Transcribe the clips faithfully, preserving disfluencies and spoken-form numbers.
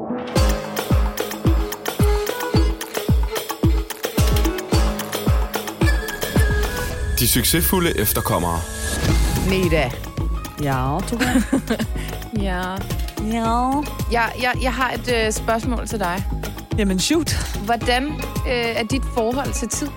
De succesfulde efterkommere. Neda. Ja, Tuba. Ja. Ja. Jeg, jeg, jeg har et øh, spørgsmål til dig. Jamen, shoot. Hvordan øh, er dit forhold til tid?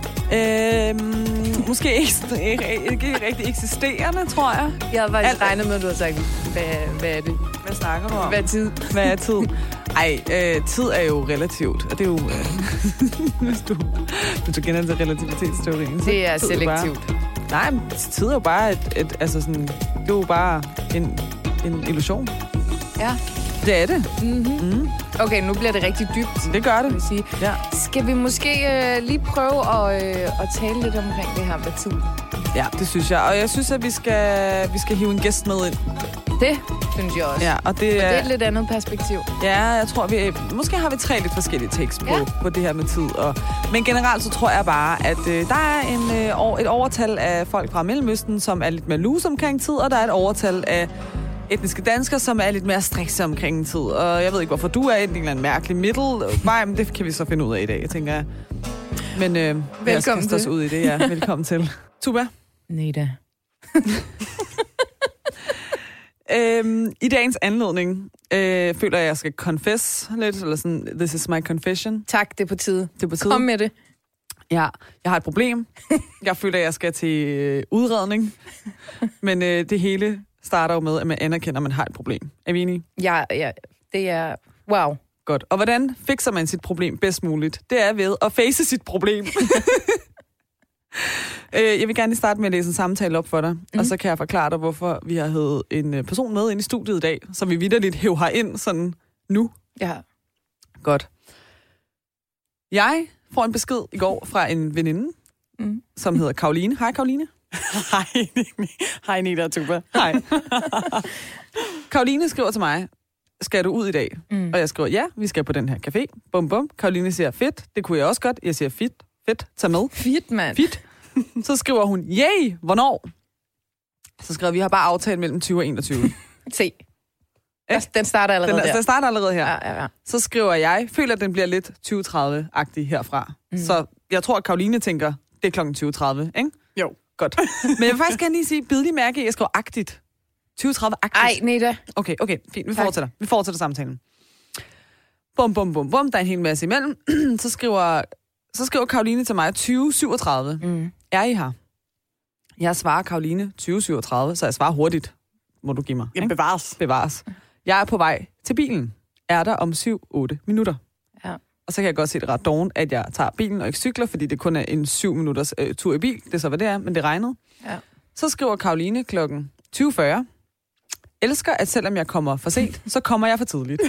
Øhm, måske ikke, ikke, ikke rigtig eksisterende, tror jeg. Jeg havde faktisk Alt- regnet med, at du har sagt, hvad, hvad er det? Hvad snakker du om? Hvad er tid? Hvad er tid? Ej, øh, tid er jo relativt, og det er jo... Øh, hvis, du, hvis du kender til relativitetsteorien, så Det er tid jo selektivt. Bare, nej, men tid er jo bare et, et, altså sådan, det er jo bare en, en illusion. Ja. Det er det. Mm-hmm. Mm. Okay, nu bliver det rigtig dybt. Det gør Vil det. jeg sige. Ja. Skal vi måske øh, lige prøve at, øh, at tale lidt omkring det her med tid? Ja, det synes jeg. Og jeg synes, at vi skal, vi skal hive en gæst med ind. Det synes jeg også. Ja, og det, Men det er er, et lidt andet perspektiv. ja, jeg tror, vi måske har vi tre lidt forskellige takes på, Ja. på det her med tid. Og, men generelt så tror jeg bare, at øh, der er en, øh, over, et overtal af folk fra Mellemøsten, som er lidt mere loose omkring tid, og der er et overtal af etniske danskere, som er lidt mere strikse omkring tid. Og jeg ved ikke, hvorfor du er i en eller anden mærkelig middle vej, men det kan vi så finde ud af i dag, tænker jeg. Men øh, lad os kaste os til. ud i det, ja. Velkommen til. Tuba? Neda. Øhm, I dagens anledning øh, føler jeg, at jeg skal confess lidt, eller sådan, this is my confession. Tak, det er på tide. Det er på tide. Kom med det. Ja, jeg har et problem. Jeg føler, at jeg skal til øh, udredning. Men øh, det hele starter jo med, at man anerkender, at man har et problem. Er vi enige? Ja, ja, det er... Wow. Godt. Og hvordan fikser man sit problem bedst muligt? Det er ved at face sit problem. øh, jeg vil gerne lige starte med at læse en samtale op for dig, mm. og så kan jeg forklare dig, hvorfor vi har hævet en øh, person med ind i studiet i dag, som vi vitterligt hæver herind sådan nu. Ja. Godt. Jeg får en besked i går fra en veninde, Mm. som hedder Karoline. Hej, Karoline. Hej, hej Nida og Tuba. Hej. Karoline skriver til mig, skal du ud i dag? Mm. Og jeg skriver, ja, vi skal på den her café. Bum, bum. Karoline siger, fedt, det kunne jeg også godt. Jeg siger, fedt, fedt, tag med. Fedt, mand. Fedt. Så skriver hun, yay, hvornår? Så skriver vi har bare aftalt mellem tyve og enogtyve. Se. Den starter allerede Den, der. den starter allerede her. Ja, ja, ja. Så skriver jeg, føler, at den bliver lidt tyve tredive-agtig herfra. Mm. Så jeg tror, at Karoline tænker, det er klokken tyve tredive, ikke? Jo. Godt. Men jeg vil faktisk gerne lige sige, bid lige mærke, at jeg skriver agtigt. tyve tredive-agtigt. Ej, Neda. Okay, okay, fint. Vi Tak. fortsætter. Vi fortsætter samtalen. Bum, bum, bum, bum. Der er en hel masse imellem. så skriver, så skriver Karoline til mig tyve syvogtredive. Mm. Er I her? Jeg svarer Karoline tyve syvogtredive, så jeg svarer hurtigt. Må du give mig. Jamen, ikke? bevares. Bevares. Jeg er på vej til bilen. Er der om syv otte minutter. Ja. Og så kan jeg godt se det ret doven, at jeg tager bilen og ikke cykler, fordi det kun er en syv minutters øh, tur i bil. Det er så, hvad det er, men det regnede. Ja. Så skriver Karoline klokken tyve fyrre. Elsker, at selvom jeg kommer for sent, så kommer jeg for tidligt.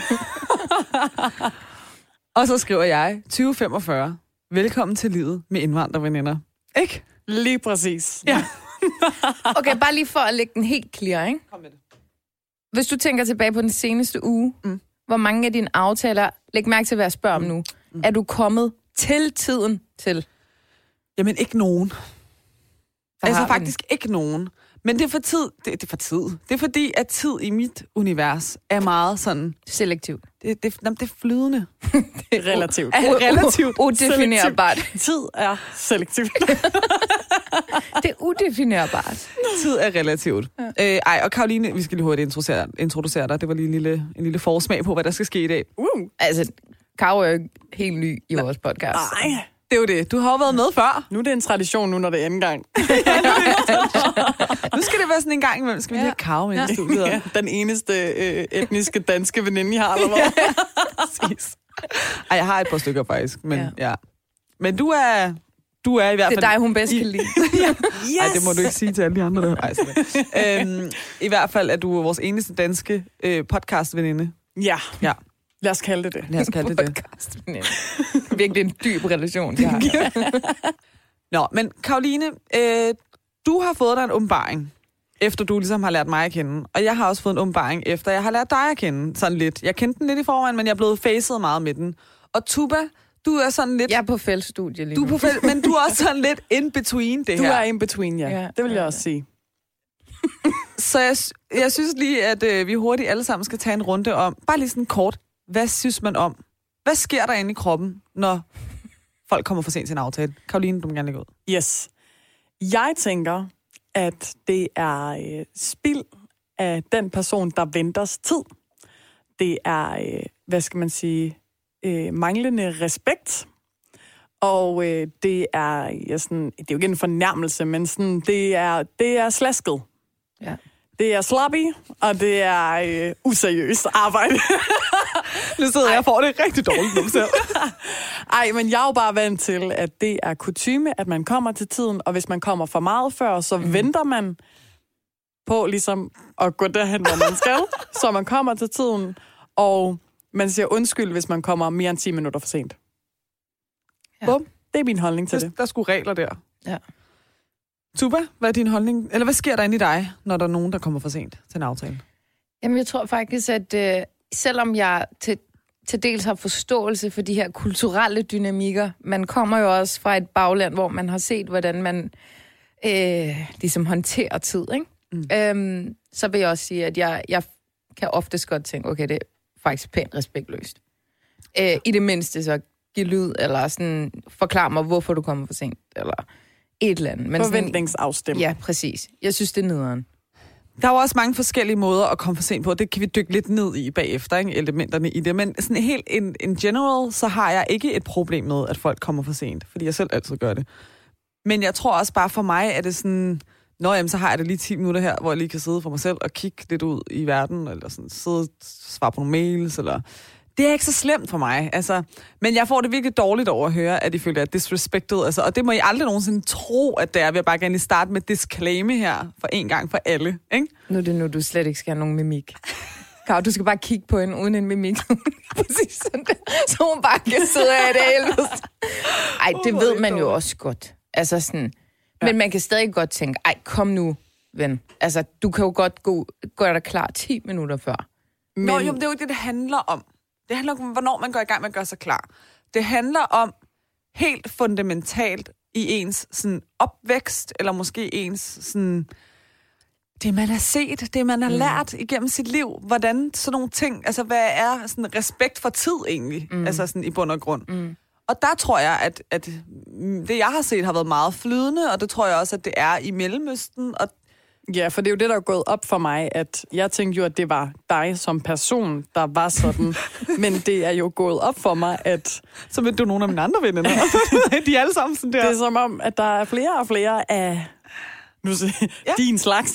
Og så skriver jeg tyve femogfyrre. Velkommen til livet med indvandrerveninder. Ikke? Lige præcis. Ja. Okay, bare lige for at lægge den helt clear, ikke? Kom med det. Hvis du tænker tilbage på den seneste uge, Mm. hvor mange af dine aftaler, læg mærke til, hvad jeg spørger om nu, Mm. er du kommet til tiden til? Jamen, ikke nogen. Hvad Altså har vi faktisk ikke nogen. Men det er for tid. Det, det er for tid. Det er fordi, at tid i mit univers er meget sådan... Selektivt. Det, det, jamen, det er flydende. Relativt. Er relativt. Udefinerbart. Tid er selektivt. Det er udefinerbart. Tid er relativt. Ja. Øh, ej, og Karoline, vi skal lige hurtigt introducere, introducere dig. Det var lige en lille, en lille forsmag på, hvad der skal ske i dag. Uh. Altså, Karo er jo helt ny i vores podcast. Nej. Det er jo det. Du har jo været med før. Nu er det en tradition, nu når det er anden gang. Nu skal det være sådan en gang imellem. Skal vi lige have Karo med i studiet? Ja, den eneste øh, etniske danske veninde, jeg har, eller hvad? Præcis. Ej, jeg har et par stykker faktisk. Men, Ja. ja. men du er... Du er i hvert Det fald... er dig, hun bedst kan lide. Yes! Ej, det må du ikke sige til alle de andre. Der. Ej, øhm, I hvert fald er du vores eneste danske øh, podcastveninde. Ja, Ja, lad os kalde det det. lad os kalde det det. Podcast. Virkelig en dyb relation, de har. Nå, men Karoline, øh, du har fået dig en åbenbaring, efter du ligesom har lært mig at kende. Og jeg har også fået en åbenbaring, efter jeg har lært dig at kende. Sådan lidt. Jeg kendte den lidt i forvejen, men jeg er blevet facet meget med den. Og Tuba, du er sådan lidt... Jeg er på fældstudie lige Du er nu. på fæld, men du er også sådan lidt in between det Du her. er in between, ja. Ja. Det vil jeg også sige. Så jeg, jeg synes lige, at øh, vi hurtigt alle sammen skal tage en runde om, bare lige sådan kort, hvad synes man om? Hvad sker der inde i kroppen, når folk kommer for sent til en aftale? Karoline, du må gerne lægge ud. Yes. Jeg tænker, at det er øh, spild af den person, der venters tid. Det er, øh, hvad skal man sige, øh, manglende respekt. Og øh, det er, ja, sådan, det er jo ikke en fornærmelse, men sådan, det, er, det er slasket. Ja. Det er sloppy, og det er øh, useriøst arbejde. Nu sidder jeg og får det rigtig dårligt nu selv. Ej, men jeg er jo bare vant til, at det er kutyme, at man kommer til tiden, og hvis man kommer for meget før, så mm. venter man på ligesom at gå derhen, hvor man skal, så man kommer til tiden, og man siger undskyld, hvis man kommer mere end ti minutter for sent. Ja. Bum, det er min holdning til der, det. Der er sgu regler der. Ja. Tuba, hvad er din holdning? Eller hvad sker der inde i dig, når der er nogen, der kommer for sent til en aftale? Jamen, jeg tror faktisk, at øh, selvom jeg til, til dels har forståelse for de her kulturelle dynamikker, man kommer jo også fra et bagland, hvor man har set, hvordan man øh, ligesom håndterer tid, ikke? Mm. Øhm, så vil jeg også sige, at jeg, jeg kan oftest godt tænke, okay, det er faktisk pænt respektløst. Øh, I det mindste så give lyd, eller sådan forklar mig, hvorfor du kommer for sent, eller et eller andet. Men forventningsafstemning. Ja, præcis. Jeg synes, det er nederen. Der er jo også mange forskellige måder at komme for sent på. Det kan vi dykke lidt ned i bagefter, ikke? Elementerne i det. Men sådan helt in, in general, så har jeg ikke et problem med, at folk kommer for sent. Fordi jeg selv altid gør det. Men jeg tror også bare for mig, at det sådan... Nå, jamen, så har jeg det lige ti minutter her, hvor jeg lige kan sidde for mig selv og kigge lidt ud i verden, eller sådan sidde og svare på nogle mails, eller... Det er ikke så slemt for mig, altså. Men jeg får det virkelig dårligt over at høre, at I føler, at disrespected, altså. Og det må I aldrig nogensinde tro, at det er. Jeg vil bare gerne lige starte med disclaimer her, for en gang for alle, ikke? Nu er det nu, du slet ikke skal have nogen mimik. Karo, du skal bare kigge på hende uden en mimik. Præcis sådan der. Så hun bare kan sidde af det helvede. Ej, det ved man jo også godt. Altså sådan... Ja. Men man kan stadig godt tænke, ej, kom nu, ven. Altså, du kan jo godt gå, gå dig klar ti minutter før. Men... Nå, jo, men det er jo ikke det, det handler om. Det handler om, hvornår man går i gang med at gøre sig klar. Det handler om helt fundamentalt i ens sådan, opvækst, eller måske ens sådan, det, man har set, det, man har mm. lært igennem sit liv. Hvordan sådan nogle ting, altså hvad er sådan respekt for tid egentlig, mm. altså sådan i bund og grund. Mm. Og der tror jeg, at, at det, jeg har set, har været meget flydende, og det tror jeg også, at det er i Mellemøsten. Og ja, for det er jo det, der er gået op for mig, at jeg tænkte jo, at det var dig som person, der var sådan. Men det er jo gået op for mig, at... Så ved du nogle af mine andre venner. De er alle sammen sådan der. Det er som om, at der er flere og flere af... Nu siger ja. din slags.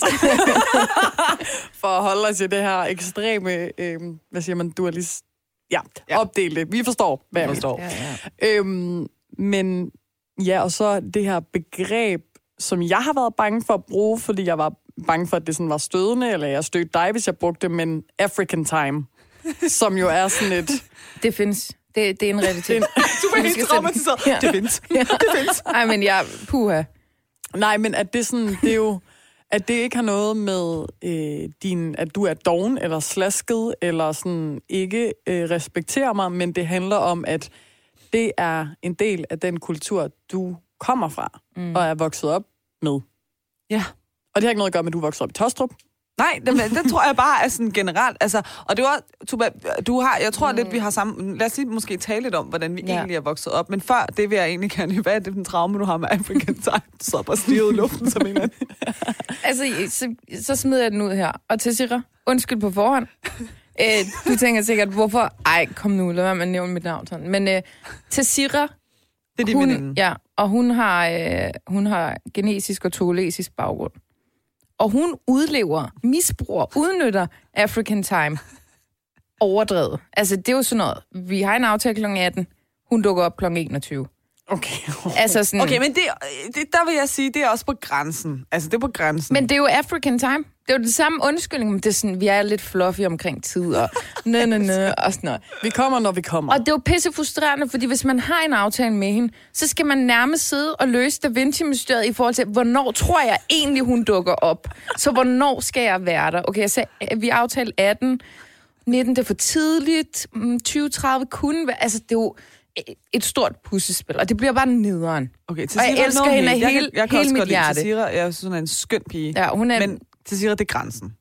For at holde os i det her ekstreme... Øh, hvad siger man? Dualist... Ja, ja. Opdel det. Vi forstår, hvad jeg forstår. Ja, ja. Øhm, men ja, og så det her begreb, som jeg har været bange for at bruge, fordi jeg var bange for, at det sådan var stødende, eller jeg stødte dig, hvis jeg brugte det, men African time, som jo er sådan et... Det findes. Det, det er en realitet. Du er helt traumatiseret. Ja. Det findes. Ja. Det findes. Ej, men jeg... Puha. Nej, men at det sådan, det er jo... At det ikke har noget med øh, din, at du er doven eller slasket, eller sådan ikke øh, respekterer mig, men det handler om, at det er en del af den kultur, du kommer fra, mm. og er vokset op med. Ja. Og det har ikke noget at gøre med, at du er vokset op i Tostrup. Nej, det, det tror jeg bare er sådan generelt. Altså, og det var, Tuba, du har, jeg tror mm. lidt, vi har sammen... Lad os lige måske tale lidt om, hvordan vi ja. egentlig er vokset op. Men før, det vil jeg egentlig gerne... Hvad er det for en traume, du har med African time? Så bare stirret i luften som en eller anden. Altså, så, så smider jeg den ud her. Og Tessira, undskyld på forhånd. Æ, du tænker sikkert, hvorfor... Ej, kom nu, lad være med at nævne mit navn sådan. Men øh, Tessira... Det er din veninde. Ja, og hun har, øh, hun har genetisk og togolesisk baggrund. Og hun udlever, misbruger, udnytter African time overdrevet. Altså, det er jo sådan noget. Vi har en aftale klokken atten. Hun dukker op klokken enogtyve. Okay. Altså sådan... Okay, men det, det, der vil jeg sige, det er også på grænsen. Altså, det er på grænsen. Men det er jo African time. Det er jo det samme undskyldning, men det er sådan, vi er lidt fluffy omkring tid, og nø, nø, nø, og sådan noget. Vi kommer, når vi kommer. Og det er jo pisse frustrerende, fordi hvis man har en aftale med hende, så skal man nærmest sidde og løse Da Vinci-mysteriet i forhold til, hvornår tror jeg egentlig, hun dukker op. Så hvornår skal jeg være der? Okay, jeg sagde, vi aftalte atten, nitten, det er for tidligt, tyve tredive kunne være, altså det er jo et stort puslespil, og det bliver bare nederen. Okay, og jeg elsker hende af hele, jeg kan, jeg kan hele mit hjerte. hjerte. Tessira, jeg synes, hun er en skøn pige. Ja, hun er... Men Tessira, det er grænsen.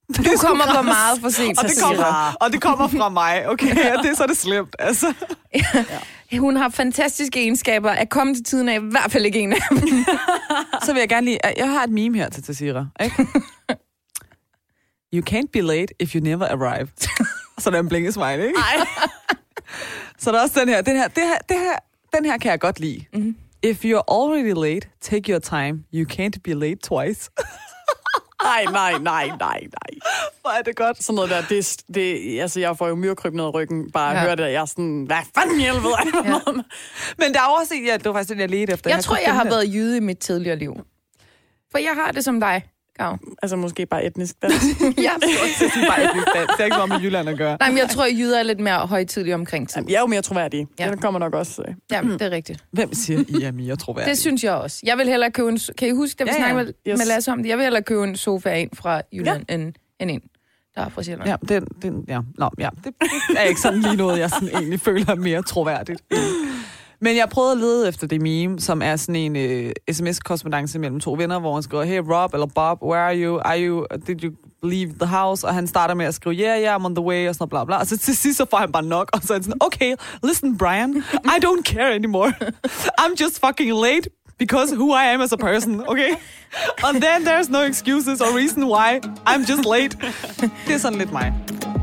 Du kommer for meget for sent. Og det, kommer, og det kommer fra mig, okay? Og det er så det slemt, altså. Ja. Hun har fantastiske egenskaber. At komme til tiden er i hvert fald ikke en af dem. Så vil jeg gerne lige... Jeg har et meme her til Tassira, ikke? You can't be late if you never arrive. Så der er en blinkesmiley, ikke? Ej. Så der er også den her. Den her, det her, det her, den her kan jeg godt lide. Mm-hmm. If you're already late, take your time. You can't be late twice. Nej, nej, nej, nej, nej. Hvor er det godt. Sådan noget der, det, det, altså jeg får jo myrkryb ned ad ryggen, bare at Ja. høre det, jeg er sådan, hvad fanden i helvede er det? Ja. Men der er også en, ja, det var faktisk den, jeg ledte efter. Jeg tror, jeg har været... været jyde i mit tidligere liv. For jeg har det som dig, Gav. Altså måske bare etnisk dansk. Ja. Det er bare etnisk dansk. Det er ikke noget med Jylland at gøre. Nej, men jeg tror, at jyder er lidt mere højtidlige omkring tid. Jamen, jeg er jo mere troværdig. Ja. Ja. Den kommer nok også. Øh. Ja, det er rigtigt. Hvem siger, I er mere troværdige? Det synes jeg også. Jeg vil hellere købe en... Kan I huske, da vi Ja, ja, ja. snakkede med, Yes. med Lasse om det? Jeg vil hellere købe en sofa ind fra Jylland, ja. end, end en, der er fra Sjælland. Ja, den, den, ja. Nå, ja. Det, det er ikke sådan lige noget, jeg sådan egentlig føler er mere troværdigt. Men jeg prøvede at lede efter det meme, som er sådan en øh, sms-korrespondance mellem to venner, hvor han skriver, hey Rob eller Bob, where are you? Are you, did you leave the house? Og han starter med at skrive, yeah, yeah, I'm on the way, og sådan bla bla. Og så til sidst så får han bare nok, og så er han sådan, okay, listen Brian, I don't care anymore. I'm just fucking late because who I am as a person, okay? And then there's no excuses or reason why I'm just late. Det er sådan lidt mig.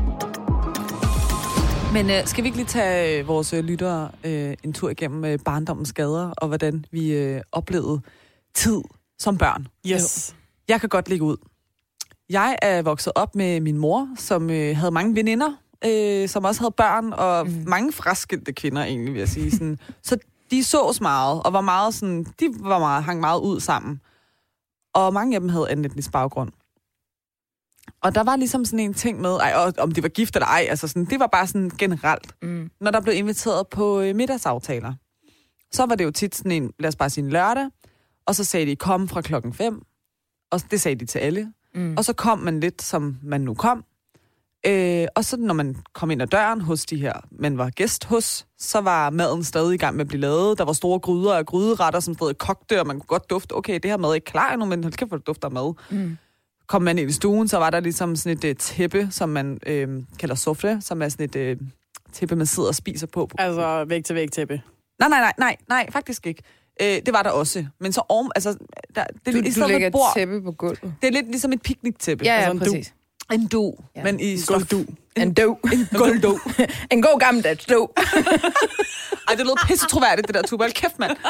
Men øh, skal vi ikke lige tage øh, vores øh, lyttere øh, en tur igennem øh, barndommens skader, og hvordan vi øh, oplevede tid som børn? Yes. Jeg kan godt lægge ud. Jeg er vokset op med min mor, som øh, havde mange veninder, øh, som også havde børn, og mm. mange fraskilte kvinder egentlig, vil jeg sige. Sådan. Så de sås meget, og var meget sådan, de var meget, hang meget ud sammen. Og mange af dem havde anden etnisk baggrund. Og der var ligesom sådan en ting med, ej, og, om det var gift eller ej, altså sådan, det var bare sådan generelt. Mm. Når der blev inviteret på øh, middagsaftaler, så var det jo tit sådan en, lad os bare sige en lørdag, og så sagde de, kom fra klokken fem, og det sagde de til alle. Mm. Og så kom man lidt, som man nu kom. Øh, og så når man kom ind ad døren hos de her, man var gæst hos, så var maden stadig i gang med at blive lavet. Der var store gryder og gryderetter, som stadig kogte, og man kunne godt dufte, okay, det her mad er ikke klar endnu, men hold kæft, hvor det dufter af mad. Mm. Kom man ind i stuen, så var der ligesom sådan et uh, tæppe, som man øh, kalder softe, som er sådan et uh, tæppe, man sidder og spiser på. Altså væg til væg tæppe. Nej, nej, nej, nej, nej, faktisk ikke. Øh, det var der også. Men så om, altså... Der, det, Du, i du lægger et bord, et tæppe på gulvet. det er lidt ligesom et pikniktæppe. Ja, ja, altså en præcis. Du. En du, Ja. men i En stof. du. En do. En gulvdu. En god gammeldags do. Ej, det lød pisse troværdigt, det der tuba. Hold kæft, mand.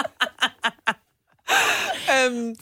øhm,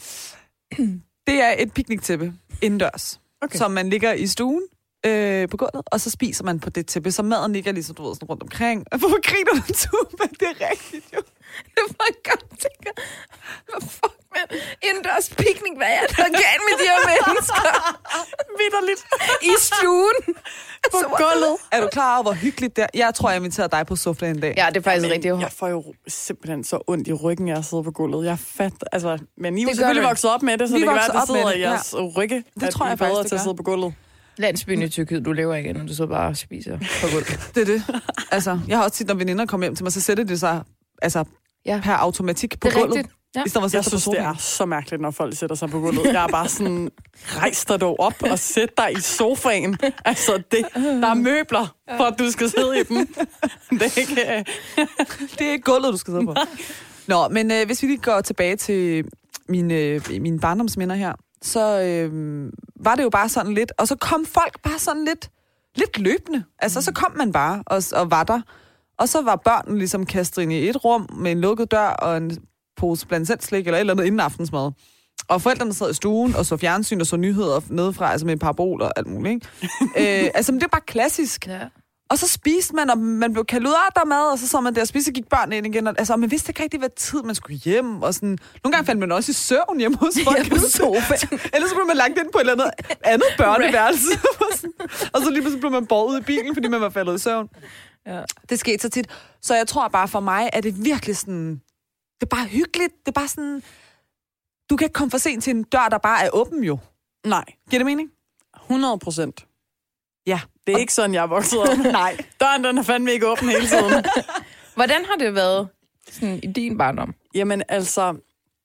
det er et pikniktæppe indendørs, okay. som man ligger i stuen øh, på gulvet, og så spiser man på det tæppe, så maden ligger ligesom, du ved, sådan rundt omkring. Hvorfor griner du, tuba? Det er rigtigt, jo. Det var godt, tænker. Hvad fuck, mand? Indendørs piknik, hvad er der galt med de her mennesker? Vitterligt. I stuen. På gulvet. Er du klar over, hvor hyggeligt det er? Jeg tror, jeg inviterer dig på sofa en dag. Ja, det er faktisk Men rigtigt. jeg får jo simpelthen så ondt i ryggen, jeg sidder på gulvet. Jeg fatter, altså, men I er jo Det gør selvfølgelig du. vokset op med det, så Vi det kan være, vokset at det op sidder med i det, jeres rygge. Det at tror I jeg er bedre faktisk, det til at gør. sidde på gulvet. Landsbyen i Tyrkiet, du lever ikke, når du så bare spiser på gulvet. Det er det. Altså, jeg har også tit, når veninder kommer hjem til mig, så sætter det sig altså, Ja. per automatik på Det er gulvet. rigtigt. Ja. I stedet for at Jeg sætte sig på synes, det sofaen. er så mærkeligt, når folk sætter sig på gulvet. Jeg er bare sådan, rejs dig dog op og sæt dig i sofaen. Altså, det, der er møbler, for at du skal sidde i dem. Det er ikke... Det er ikke gulvet, du skal sidde på. Nå, men øh, hvis vi lige går tilbage til mine, øh, mine barndomsminder her, så øh, var det jo bare sådan lidt, og så kom folk bare sådan lidt, lidt løbende. Altså, mm. så kom man bare og, og var der. Og så var børnene ligesom kastet ind i et rum med en lukket dør og en pose blandt selv slik eller et eller andet inden aftensmad. Og forældrene sad i stuen og så fjernsyn og så nyheder nedefra, altså med parabol og alt muligt. Ikke? øh, altså, men det er bare klassisk. Ja. Og så spiste man, og man blev kaldt ud af der mad, og så så man der og spiste, og gik børnene ind igen. Og, altså, man vidste ikke rigtig, hvad tid man skulle hjem. Og sådan, nogle gange fandt man også i søvn hjemme hos folk. Ja, på sofaen. Ellers så blev man lagt ind på et eller andet andet børneværelse. Og så lige pludselig blev man båret ud i bilen, fordi man var faldet i søvn. Ja. Det skete så tit. Så jeg tror bare, for mig er det virkelig sådan... Det er bare hyggeligt. Det er bare sådan... Du kan ikke komme for sent til en dør, der bare er åben jo. Nej, Giver det mening? hundrede procent. Ja. Det er ikke sådan, jeg er vokset op. Nej. Døren, den er fandme ikke åben hele tiden. Hvordan har det været sådan, i din barndom? Jamen altså,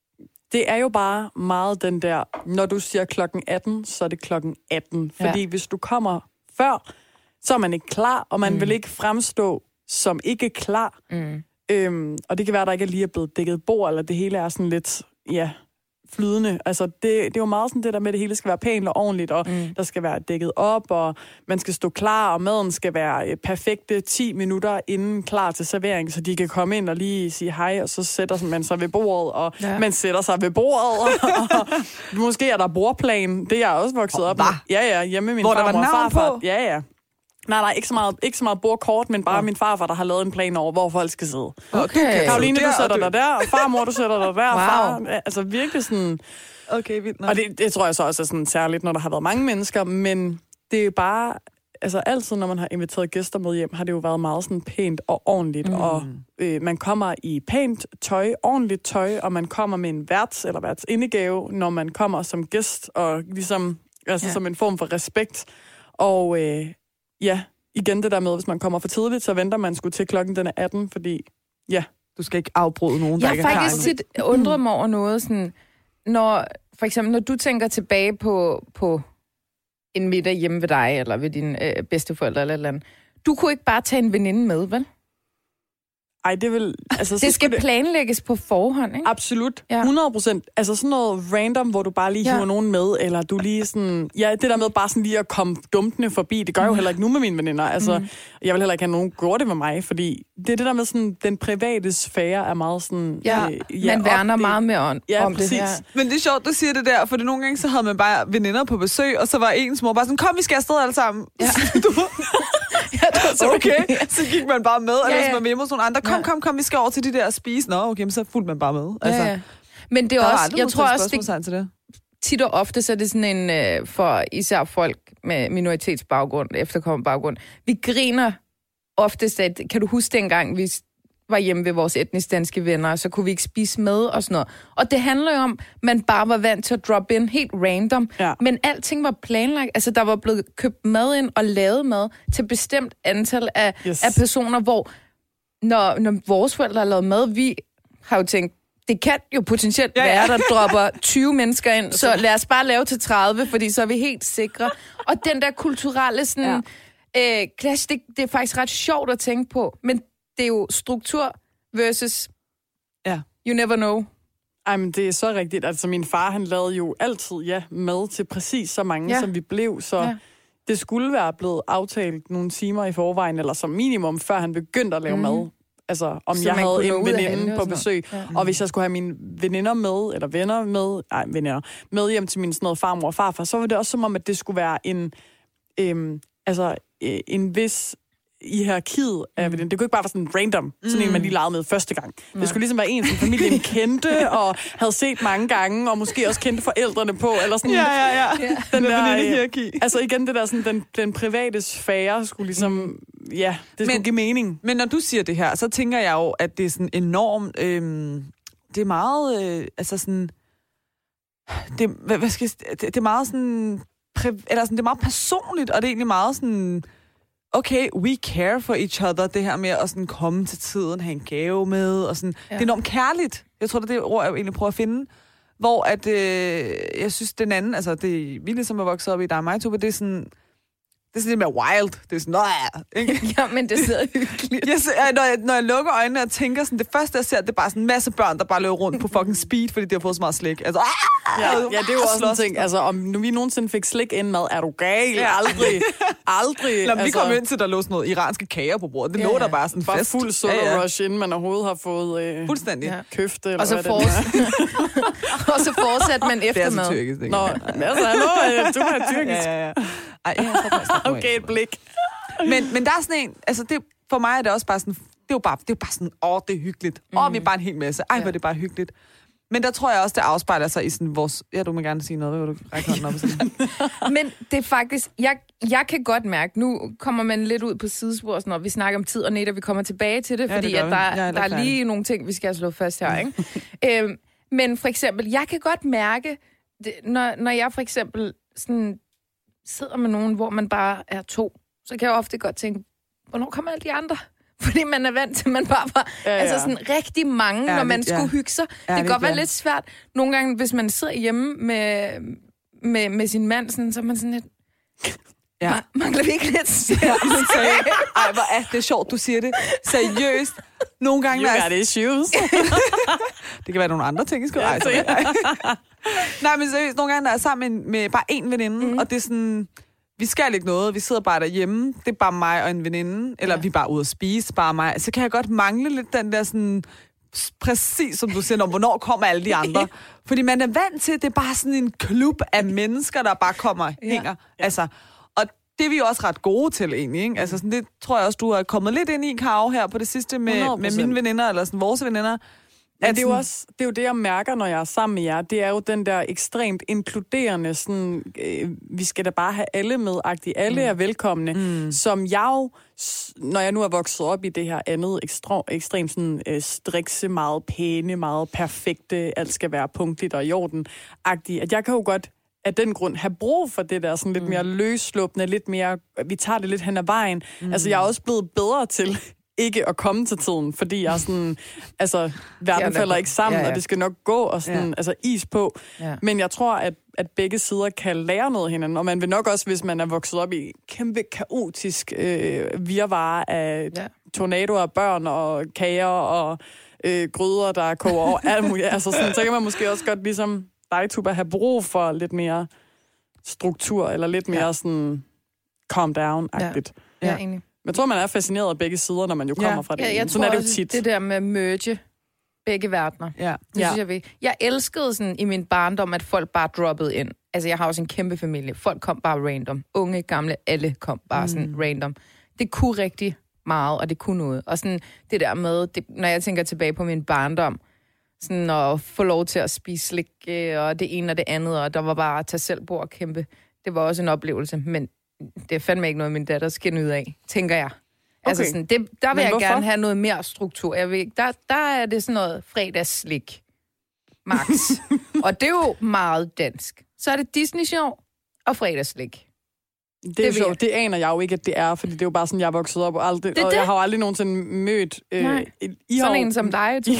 Det er jo bare meget den der, når du siger klokken atten, så er det klokken atten. Fordi ja. hvis du kommer før, så er man ikke klar, og man mm. vil ikke fremstå som ikke klar. Mm. Øhm, og det kan være, at der ikke er lige blevet dækket bord, eller det hele er sådan lidt, ja, flydende. Altså, det, det er jo meget sådan det der med, at det hele skal være pænt og ordentligt, og mm. der skal være dækket op, og man skal stå klar, og maden skal være perfekte ti minutter inden klar til servering, så de kan komme ind og lige sige hej, og så sætter man sig ved bordet, og ja. man sætter sig ved bordet, og, og måske er der bordplan. Det er jeg også vokset op med. Ja, ja, hjemme med min Hvor farmor der var og farfar. På? Ja, ja. Nej, nej, ikke så meget, ikke så meget bordkort, men bare ja. min farfar, der har lavet en plan over, hvor folk skal sidde. Okay. Karoline, du sætter dig der, og farmor, du sætter dig der. Wow. Far, altså virkelig sådan... Okay, vildt nok. Og det, det tror jeg så også er sådan særligt, når der har været mange mennesker, men det er jo bare... Altså altid, når man har inviteret gæster med hjem, har det jo været meget sådan pænt og ordentligt, mm. og øh, man kommer i pænt tøj, ordentligt tøj, og man kommer med en værts eller værtsindegave, når man kommer som gæst, og ligesom altså, ja. som en form for respekt. Og... Øh, Ja, igen det der med, hvis man kommer for tidligt, så venter man sgu til klokken den er atten, fordi, ja. Du skal ikke afbryde nogen, der jeg ikke er klar. Jeg har faktisk tit undret mig over noget, sådan, når, for eksempel, når du tænker tilbage på, på en middag hjemme ved dig, eller ved dine øh, bedsteforældre, eller et eller andet. Du kunne ikke bare tage en veninde med, vel? Ej, det vil... Altså, det skal det... planlægges på forhånd, ikke? Absolut. Ja. hundrede procent. Altså sådan noget random, hvor du bare lige hiver ja. nogen med, eller du lige sådan... Ja, det der med bare sådan lige at komme dumpende forbi, det gør jeg jo heller ikke nu med mine veninder. Altså, mm. jeg vil heller ikke have nogen gjort det med mig, fordi det er det der med sådan, den private sfære er meget sådan... Ja, øh, ja man værner det... meget mere om, ja, om det her. Men det er sjovt, du siger det der, for det nogle gange, så havde man bare veninder på besøg, og så var ens mor bare sådan, kom, vi skal afsted alle sammen. Ja. Ja, det var okay, så gik man bare med, eller ja, ja. hvis man var hjemme hos nogle andre, kom, ja. kom, kom, vi skal over til de der at spise. Nå, okay, så fulgte man bare med. Altså, ja, ja. Men det er også, jeg tror også, det, til det. tit og ofte, så er det sådan en, øh, for især folk med minoritetsbaggrund, efterkommerbaggrund, vi griner oftest, at, kan du huske dengang, vi var hjemme ved vores etnisk danske venner, så kunne vi ikke spise med og sådan noget. Og det handler jo om, man bare var vant til at drop in helt random, ja. men alting var planlagt. Altså, der var blevet købt mad ind og lavet mad til bestemt antal af, yes. af personer, hvor når, når vores forældre har lavet mad, vi har jo tænkt, det kan jo potentielt ja, ja. være, der dropper tyve mennesker ind, så lad os bare lave til tredive, fordi så er vi helt sikre. Og den der kulturelle sådan, ja. øh, clash, det, det er faktisk ret sjovt at tænke på, men det er jo struktur versus ja. you never know. Ej, men det er så rigtigt. Altså, min far, han lavede jo altid, ja, mad til præcis så mange, ja. som vi blev, så ja. det skulle være blevet aftalt nogle timer i forvejen, eller som minimum, før han begyndte at lave mm. mad. Altså, om så jeg havde en veninde på besøg, ja. og hvis jeg skulle have mine veninder med, eller venner med, nej, venner, med hjem til min sådan noget farmor og farfar, så var det også som om, at det skulle være en, øhm, altså, øh, en vis i hierarkiet af mm. det. Det kunne ikke bare være sådan random, sådan mm. en, man lige legede med første gang. Nej. Det skulle ligesom være en, som familien kendte, og havde set mange gange, og måske også kendte forældrene på, eller sådan... Ja, ja, ja. Den der, hierarki. Altså igen, det der sådan, den, den private sfære skulle ligesom... Mm. Ja, det skulle men, give mening. Men når du siger det her, så tænker jeg jo, at det er sådan enormt... Øhm, det er meget... Øh, altså sådan... Det, hvad, hvad skal jeg, det, det er meget sådan... Pri, eller sådan, det er meget personligt, og det er egentlig meget sådan... Okay, we care for each other, det her med at sådan komme til tiden, have en gave med, og sådan. Ja. Det er enormt kærligt. Jeg tror, det er det ord, jeg egentlig prøver at finde. Hvor at, øh, jeg synes, den anden, altså det vi ligesom er vokset op i, der er mig, Tove, det er sådan, det er sådan lidt mere wild. Det er sådan, nå ja. Ja, men det sidder hyggeligt. Jeg, når, jeg, når jeg lukker øjnene og tænker sådan, det første jeg ser, det er bare sådan en masse børn, der bare løber rundt på fucking speed, fordi de har fået så meget slik. Altså, ja, ja, det er jo også en ting. Altså, om nu vi nogensinde fik slik inden mad, er du gal? Ja. Aldrig. Aldrig. Lad, altså... Vi kom ind til, der lå sådan noget iranske kager på bordet. Det ja, lå der bare sådan bare fest. Bare fuld soda ja, ja. rush, inden man overhovedet har fået øh, fuldstændig ja. køfte. Eller og, så hvad for... og så fortsatte man efter mad. Det er så tyrkisk. Nå, altså, hallo, du er tyrkisk. Ja, ja, ja. Ej, jeg okay, et blik. men, men der er sådan en, altså det, for mig er det også bare sådan, det er jo bare, det er bare sådan, åh, det er hyggeligt. Åh, mm. vi er bare en hel masse. Ej, hvor ja. det er bare hyggeligt. Men der tror jeg også, det afspejler sig i sådan vores... Ja, du må gerne sige noget. Hvad vil du række hånden op og sige? Men det er faktisk... Jeg, jeg kan godt mærke, nu kommer man lidt ud på sidespor, når vi snakker om tid og net, og vi kommer tilbage til det, ja, fordi det at der, er der er lige nogle ting, vi skal slå fast her, ikke? øhm, men for eksempel, jeg kan godt mærke, det, når, når jeg for eksempel sådan sidder med nogen, hvor man bare er to, så kan jeg ofte godt tænke, hvornår kommer alle de andre? Fordi man er vant til, at man bare var ja, ja. altså sådan rigtig mange, Ærligt, når man skulle ja. hygge sig. Det Ærligt, kan godt være ja. lidt svært. Nogle gange, hvis man sidder hjemme med, med, med sin mand, sådan, så er man sådan lidt... Ja. Man, mangler vi ikke lidt? Ja, ej, hvor er det sjovt, du siger det. Seriøst. Nogle gange... You got issues. Det kan være nogle andre ting, I skal rejse. Nej, men seriøst, nogle gange der er sammen med, med bare én veninde, mm. og det er sådan... Vi skal ikke noget, vi sidder bare derhjemme, det er bare mig og en veninde, eller ja. vi er bare ude at spise, bare mig. Så kan jeg godt mangle lidt den der sådan, præcis som du siger, når, hvornår kommer alle de andre. Fordi man er vant til, det er bare sådan en klub af mennesker, der bare kommer og ja. hænger. Ja. Altså, og det er vi også ret gode til egentlig, ikke? Altså, sådan, det tror jeg også, du har kommet lidt ind i, Karo, her på det sidste med, med mine veninder, eller sådan vores veninder. Ja, det er, jo også, det er jo det, jeg mærker, når jeg er sammen med jer. Det er jo den der ekstremt inkluderende, sådan, øh, vi skal da bare have alle med-agtigt. Alle mm. er velkomne. Mm. Som jeg jo, når jeg nu er vokset op i det her andet ekstra, ekstremt sådan, øh, strikse, meget pæne, meget perfekte, alt skal være punktligt og i orden-agtigt, at jeg kan jo godt af den grund have brug for det der sådan lidt mm. mere løsslupende, lidt mere, vi tager det lidt hen ad vejen. Mm. Altså, jeg er også blevet bedre til... ikke at komme til tiden, fordi jeg er sådan, altså, verden falder ikke sammen, ja, ja. og det skal nok gå, og sådan, ja. altså, is på. Ja. Men jeg tror, at, at begge sider kan lære noget hinanden, og man vil nok også, hvis man er vokset op i kæmpe kaotisk øh, virvare af ja. tornadoer af børn, og kager, og øh, gryder, der koger over, alt muligt. Altså, sådan, så kan man måske også godt, ligesom dig, Tuba, have brug for lidt mere struktur, eller lidt mere ja. sådan calm down-agtigt. Ja, ja, egentlig. Jeg tror, man er fascineret af begge sider, når man jo kommer ja. fra det. Ja, jeg sådan tror er det jo tit. Det der med at merge begge verdener. Ja. Det ja. synes jeg vil. Jeg elskede sådan i min barndom, at folk bare droppede ind. Altså, jeg har også en kæmpe familie. Folk kom bare random. Unge, gamle, alle kom bare mm. sådan random. Det kunne rigtig meget, og det kunne noget. Og sådan det der med, det, når jeg tænker tilbage på min barndom, sådan at få lov til at spise slik, og det ene og det andet, og der var bare at tage selv bord og kæmpe. Det var også en oplevelse, men det er fandme ikke noget, min datter skal nyde af, tænker jeg. Okay. Altså sådan, det, der vil Men jeg hvorfor? gerne have noget mere struktur. Jeg vil, der, der er det sådan noget fredagsslik, max. Og det er jo meget dansk. Så er det Disney-show og fredagsslik. Det er det sjovt. Det aner jeg jo ikke, at det er, fordi det er jo bare sådan, jeg er vokset op, og, aldrig, det, og det. jeg har jo aldrig nogensinde mødt... Øh, I sådan en som dig, Tuba.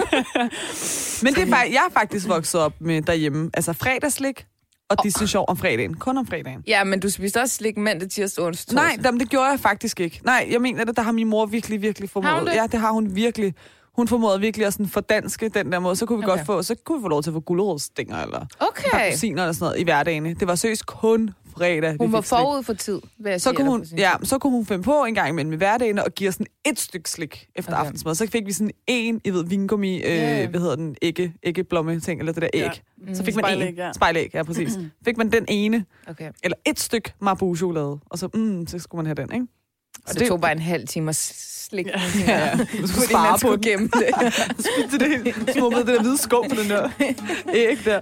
Men det er faktisk, jeg er faktisk vokset op med derhjemme. Altså fredagsslik. Og de synes sjov om fredagen. Kun om fredagen. Ja, men du spiste også slik mandag, tirsdag, onsdag. Nej, jamen, det gjorde jeg faktisk ikke. Nej, jeg mener det, der har min mor virkelig, virkelig formået. Ja, det har hun virkelig. Hun formåede virkelig at sådan fordanske den der måde. Så kunne vi okay. godt få, så kunne vi få lov til at få gulerodsstænger eller okay. parkusiner eller sådan noget i hverdagen. Det var seriøst kun fredag. Hun var forud for tid, vil jeg så sige. Kunne hun, ja, så kunne hun finde på en gang imellem i hverdagen og give os sådan et stykke slik efter okay. aftensmad. Så fik vi sådan en, I ved, vingummi, øh, yeah. hvad hedder den, ægge, æggeblomme ting, eller det der æg. Ja. Mm. Så fik man Spejlæg, en. Ja. Spejlæg, ja, præcis. Mm. Fik man den ene, okay. eller et stykke Marabou-chokolade, og så, mm, så skulle man have den, ikke? Og så det tog bare en halv time at slik. Ja, ja. Du skulle spare på gennem det. Spidte det helt, smummede det der hvide skum på den der æg der.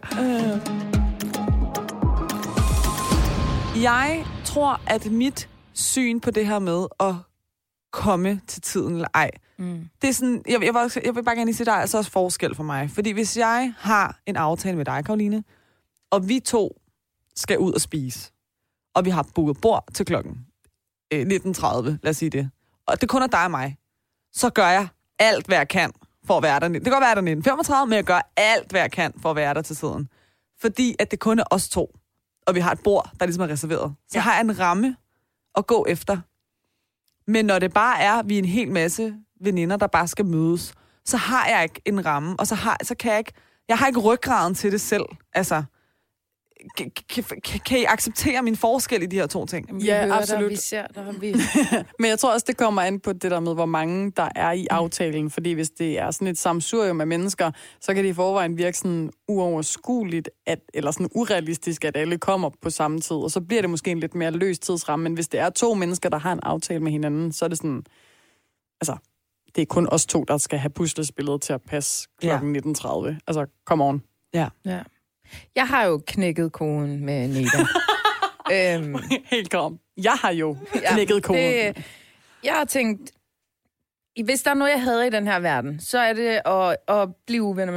Jeg tror, at mit syn på det her med at komme til tiden eller ej, mm. det er sådan, jeg, jeg, vil, jeg vil bare gerne sige, der er altså også forskel for mig. Fordi hvis jeg har en aftale med dig, Karoline, og vi to skal ud og spise, og vi har booket bord til klokken nitten tredive, lad os sige det, og det kun er dig og mig, så gør jeg alt, hvad jeg kan for at være der. Det kan godt være der nitten femogtredive, men jeg gør alt, hvad jeg kan for at være der til tiden. Fordi at det kun er os to, og vi har et bord, der ligesom er reserveret. Så ja. har jeg en ramme at gå efter. Men når det bare er, vi er en hel masse veninder, der bare skal mødes, så har jeg ikke en ramme, og så, har, så kan jeg ikke, jeg har ikke ryggraden til det selv. Altså, kan, kan, kan I acceptere min forskel i de her to ting? Vi ja, hører absolut. Der, vi ser der, vi... Men jeg tror også, det kommer an på det der med, hvor mange der er i aftalen. Fordi hvis det er sådan et sammensurium af mennesker, så kan det i forvejen virke sådan uoverskueligt, at, eller sådan urealistisk, at alle kommer på samme tid. Og så bliver det måske en lidt mere løs tidsramme. Men hvis det er to mennesker, der har en aftale med hinanden, så er det sådan... Altså, det er kun os to, der skal have puslespillet til at passe klokken ja. nitten tredive. Altså, come on. Ja. Ja. Jeg har jo knækket koden med Neda. øhm, Helt kom. Jeg har jo knækket ja, koden. Det, jeg har tænkt, hvis der er noget, jeg hader i den her verden, så er det at, at blive uvenner med nogen.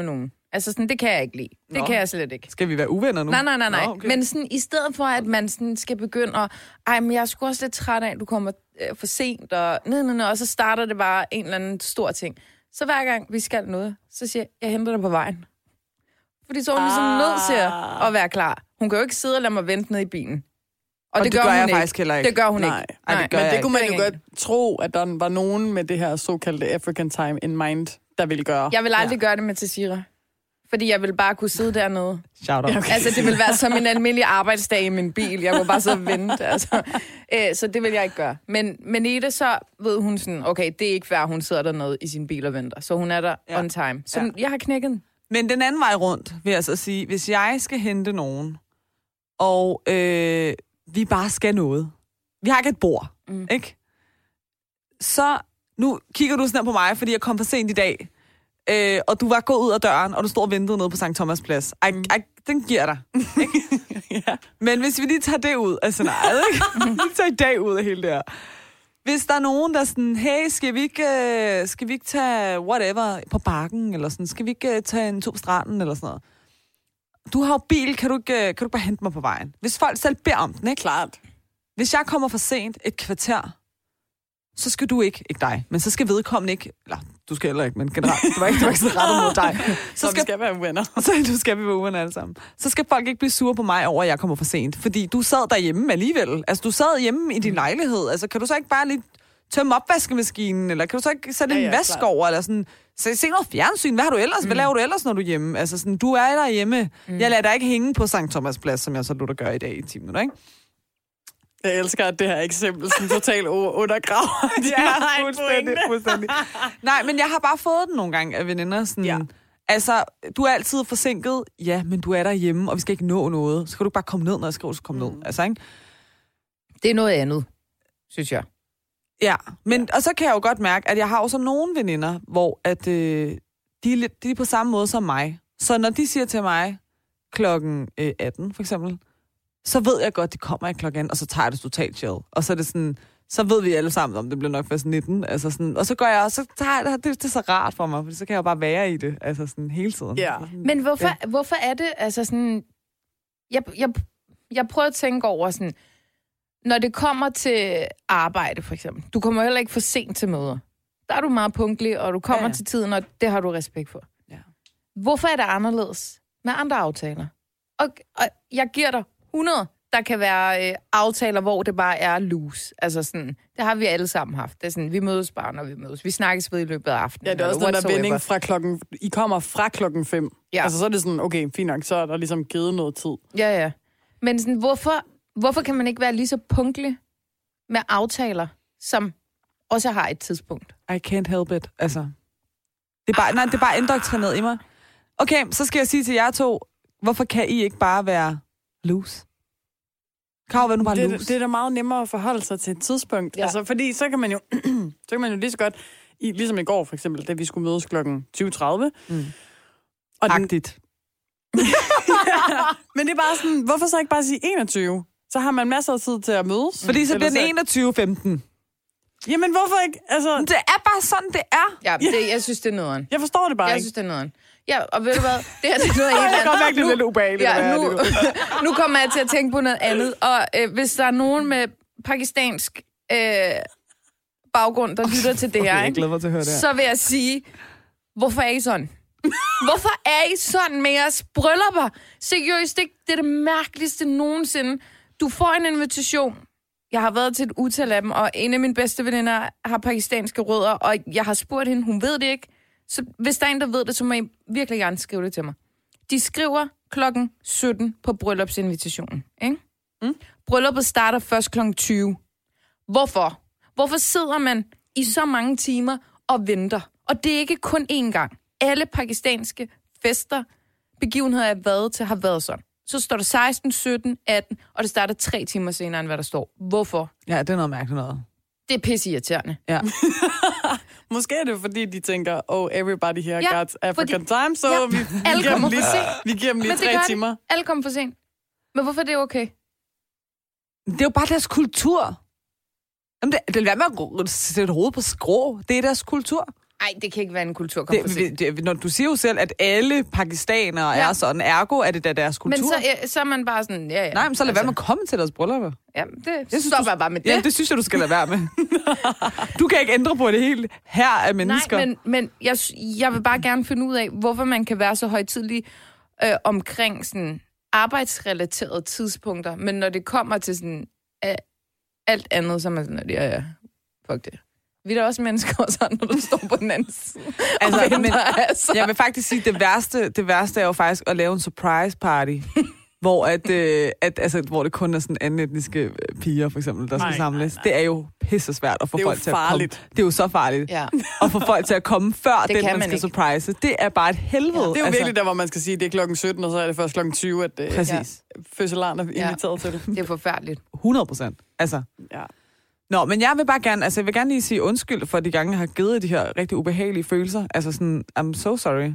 Altså sådan, det kan jeg ikke lide. Det Nå. kan jeg slet ikke. Skal vi være uvenner nu? Nej, nej, nej, nej. Nå, okay. Men sådan, i stedet for, at man sådan skal begynde at... Ej, men jeg er sgu også lidt træt af, at du kommer øh, for sent, og, nej, nej, nej, og så starter det bare en eller anden stor ting. Så hver gang vi skal noget, så siger jeg, jeg henter dig på vejen. Fordi så er hun ligesom Ah. nødt til at være klar. Hun kan jo ikke sidde og lade mig vente ned i bilen. Og, og det, det gør, gør hun jeg ikke. faktisk heller ikke. Det gør hun Nej. ikke. Ej, det gør Men jeg det kunne man ikke. jo godt tro, at der var nogen med det her såkaldte African time in mind, der ville gøre. Jeg vil aldrig ja. gøre det med Tessira. Fordi jeg vil bare kunne sidde dernede. Shout out. Okay. Altså, det vil være som en almindelig arbejdsdag i min bil. Jeg må bare sidde og vente. Altså. Æ, så det vil jeg ikke gøre. Men, men i det, så ved hun sådan, okay, det er ikke fair, hun sidder dernede i sin bil og venter. Så hun er der ja. on time. Så ja. jeg har knækket den. Men den anden vej rundt, vil jeg så sige, hvis jeg skal hente nogen, og øh, vi bare skal noget. Vi har ikke et bord, mm. ikke? Så nu kigger du sådan på mig, fordi jeg kom for sent i dag. Øh, og du var gået ud af døren, og du stod og ventede nede på Sankt Thomas Plads. Ej, ej, den giver dig. ja. Men hvis vi lige tager det ud af scenariet, ikke? Vi tager i dag ud af hele det her. Hvis der er nogen, der er sådan, hey, skal vi ikke, uh, skal vi ikke tage whatever på bakken, eller sådan, skal vi ikke uh, tage en tur på stranden, eller sådan noget. Du har jo bil, kan du ikke, uh, kan du ikke bare hente mig på vejen? Hvis folk selv beder om den, ikke? Klart. Hvis jeg kommer for sent et kvarter, så skal du ikke, ikke dig, men så skal vedkommende ikke, eller du skal heller ikke, men generelt, det var ikke, det var ikke så rettet mod dig. Så skal, skal være uvenner. Så du skal vi være uvenner alle sammen. Så skal folk ikke blive sure på mig over, at jeg kommer for sent, fordi du sad derhjemme alligevel. Altså, du sad hjemme i din lejlighed. Altså, kan du så ikke bare lige tømme opvaskemaskinen, eller kan du så ikke sætte ja, ja, en vask klar. over, eller sådan, så se noget fjernsyn, hvad har du ellers? Mm. Hvad laver du ellers, når du er hjemme? Altså, sådan, du er derhjemme. Mm. Jeg lader dig ikke hænge på Sankt Thomas Plads, som jeg så lutter gør i dag i ti minutter, ikke? Jeg elsker, at det her eksempel sådan totalt undergraver. Ja, fuldstændig, fuldstændig. Nej, men jeg har bare fået den nogle gange af veninder. Sådan, ja. Altså, du er altid forsinket. Ja, men du er derhjemme, og vi skal ikke nå noget. Så kan du bare komme ned, når jeg skriver, så komme mm. ned. Altså, ikke? Det er noget andet, synes jeg. Ja, men, ja. Og så kan jeg jo godt mærke, at jeg har også nogle veninder, hvor at, øh, de, er lidt, de er på samme måde som mig. Så når de siger til mig klokken øh, atten, for eksempel, så ved jeg godt, de kommer i klokken, og så tager jeg det totalt chill. Og så er det sådan, så ved vi alle sammen, om det bliver nok først nitten. Altså sådan, og så går jeg også, så tager jeg det, det, det er så rart for mig, for så kan jeg jo bare være i det, altså sådan hele tiden. Ja. Men hvorfor, ja. hvorfor er det, altså sådan, jeg, jeg, jeg prøver at tænke over sådan, når det kommer til arbejde, for eksempel, du kommer heller ikke for sent til møder. Der er du meget punktlig, og du kommer ja, ja. til tiden, og det har du respekt for. Ja. Hvorfor er det anderledes med andre aftaler? Og, og jeg giver dig hundrede, der kan være øh, aftaler, hvor det bare er loose. Altså sådan, det har vi alle sammen haft. Det er sådan, vi mødes bare, når vi mødes. Vi snakkes ved i løbet af aftenen. Ja, det er også den der vending fra klokken... I kommer fra klokken fem. Ja. Altså så er det sådan, okay, fint nok, så er der ligesom givet noget tid. Ja, ja. Men sådan, hvorfor, hvorfor kan man ikke være lige så punktlig med aftaler, som også har et tidspunkt? I can't help it. Altså, det er bare, nej, det er bare indoktrineret i mig. Okay, så skal jeg sige til jer to, hvorfor kan I ikke bare være loose? Kan være nu bare det, loose? Det er da meget nemmere at forholde sig til et tidspunkt. Ja. Altså, fordi så kan man jo, så kan man jo lige så godt, i, ligesom i går for eksempel, da vi skulle mødes klokken tyve tredive. Mm. Agtigt. ja, men det er bare sådan, hvorfor så ikke bare sige enogtyve? Så har man masser af tid til at mødes. Fordi så bliver den enogtyve femten. Jamen, hvorfor ikke? Altså... Det er bare sådan, det er. Ja, det, jeg synes, det er nederen. Jeg forstår det bare jeg ikke. Jeg synes, det er nederen. Ja, og ved du hvad? Det her det er noget helt andet. Jeg kan godt mærke, det er lidt ubehageligt. Ja, nu, nu kommer jeg til at tænke på noget andet. Og øh, hvis der er nogen med pakistansk øh, baggrund, der lytter til det her, okay, jeg glæder mig til at høre det her. Så vil jeg sige, hvorfor er I sådan? Hvorfor er I sådan med jeres bryllupper? Seriøst, det, det er det mærkeligste nogensinde. Du får en invitation. Jeg har været til et utal af dem, og en af mine bedste veninder har pakistanske rødder, og jeg har spurgt hende, hun ved det ikke. Så hvis der er en, der ved det, så må I virkelig gerne skrive det til mig. De skriver klokken sytten på bryllupsinvitationen. Ikke? Mm. Brylluppet starter først klokken tyve. Hvorfor? Hvorfor sidder man i så mange timer og venter? Og det er ikke kun én gang. Alle pakistanske fester, begivenheder, jeg har været til, har været sådan. Så står der seksten, sytten, atten, og det starter tre timer senere, end hvad der står. Hvorfor? Ja, det er noget mærkeligt noget. Det er pisseirriterende. Ja. Måske er det, fordi de tænker, oh, everybody here ja, got African fordi, time, så ja, vi, vi, alle giver kommer lige, for sent. vi giver dem lige tre timer. De. Alle kommer for sent. Men hvorfor er det okay? Det er jo bare deres kultur. Jamen, det, det vil være med at sætte hovedet på skrå. Det er deres kultur. Nej, det kan ikke være en kultur. Kom for Det, det, når du siger jo selv, at alle pakistanere ja. er sådan, ergo er det da deres kultur. Men så, ja, så er man bare sådan, ja, ja. Nej, men så lad altså, være med at komme til deres bryllupper. Ja, det, det synes, stopper du, bare med det. Ja, det synes jeg, du skal lade være med. Du kan ikke ændre på det hele her af mennesker. Nej, men, men jeg, jeg vil bare gerne finde ud af, hvorfor man kan være så højtidlig øh, omkring sådan arbejdsrelaterede tidspunkter, men når det kommer til sådan øh, alt andet, så er man sådan, ja, ja, fuck det. Vi er da også mennesker, sådan, når du står på den anden side. Altså, venter, men, altså. Jeg vil faktisk sige, at det værste, det værste er jo faktisk at lave en surprise party, hvor, at, øh, at, altså, hvor det kun er sådan anden etniske piger, for eksempel, der skal nej, samles. Nej, nej. Det er jo pisse svært at få folk til farligt. at komme. Det er jo så farligt. Ja. At få folk til at komme før det den, man, man skal ikke. surprise. Det er bare et helvede. Ja. Det er jo altså, virkelig der, hvor man skal sige, at det er klokken sytten, og så er det først klokken tyve, at øh, ja. fødselaren er inviteret ja. til det. Det er forfærdeligt. hundrede procent. Altså... Ja. Nå, men jeg vil bare gerne, altså jeg vil gerne lige sige undskyld for de gange, jeg har givet de her rigtig ubehagelige følelser. Altså sådan, I'm so sorry.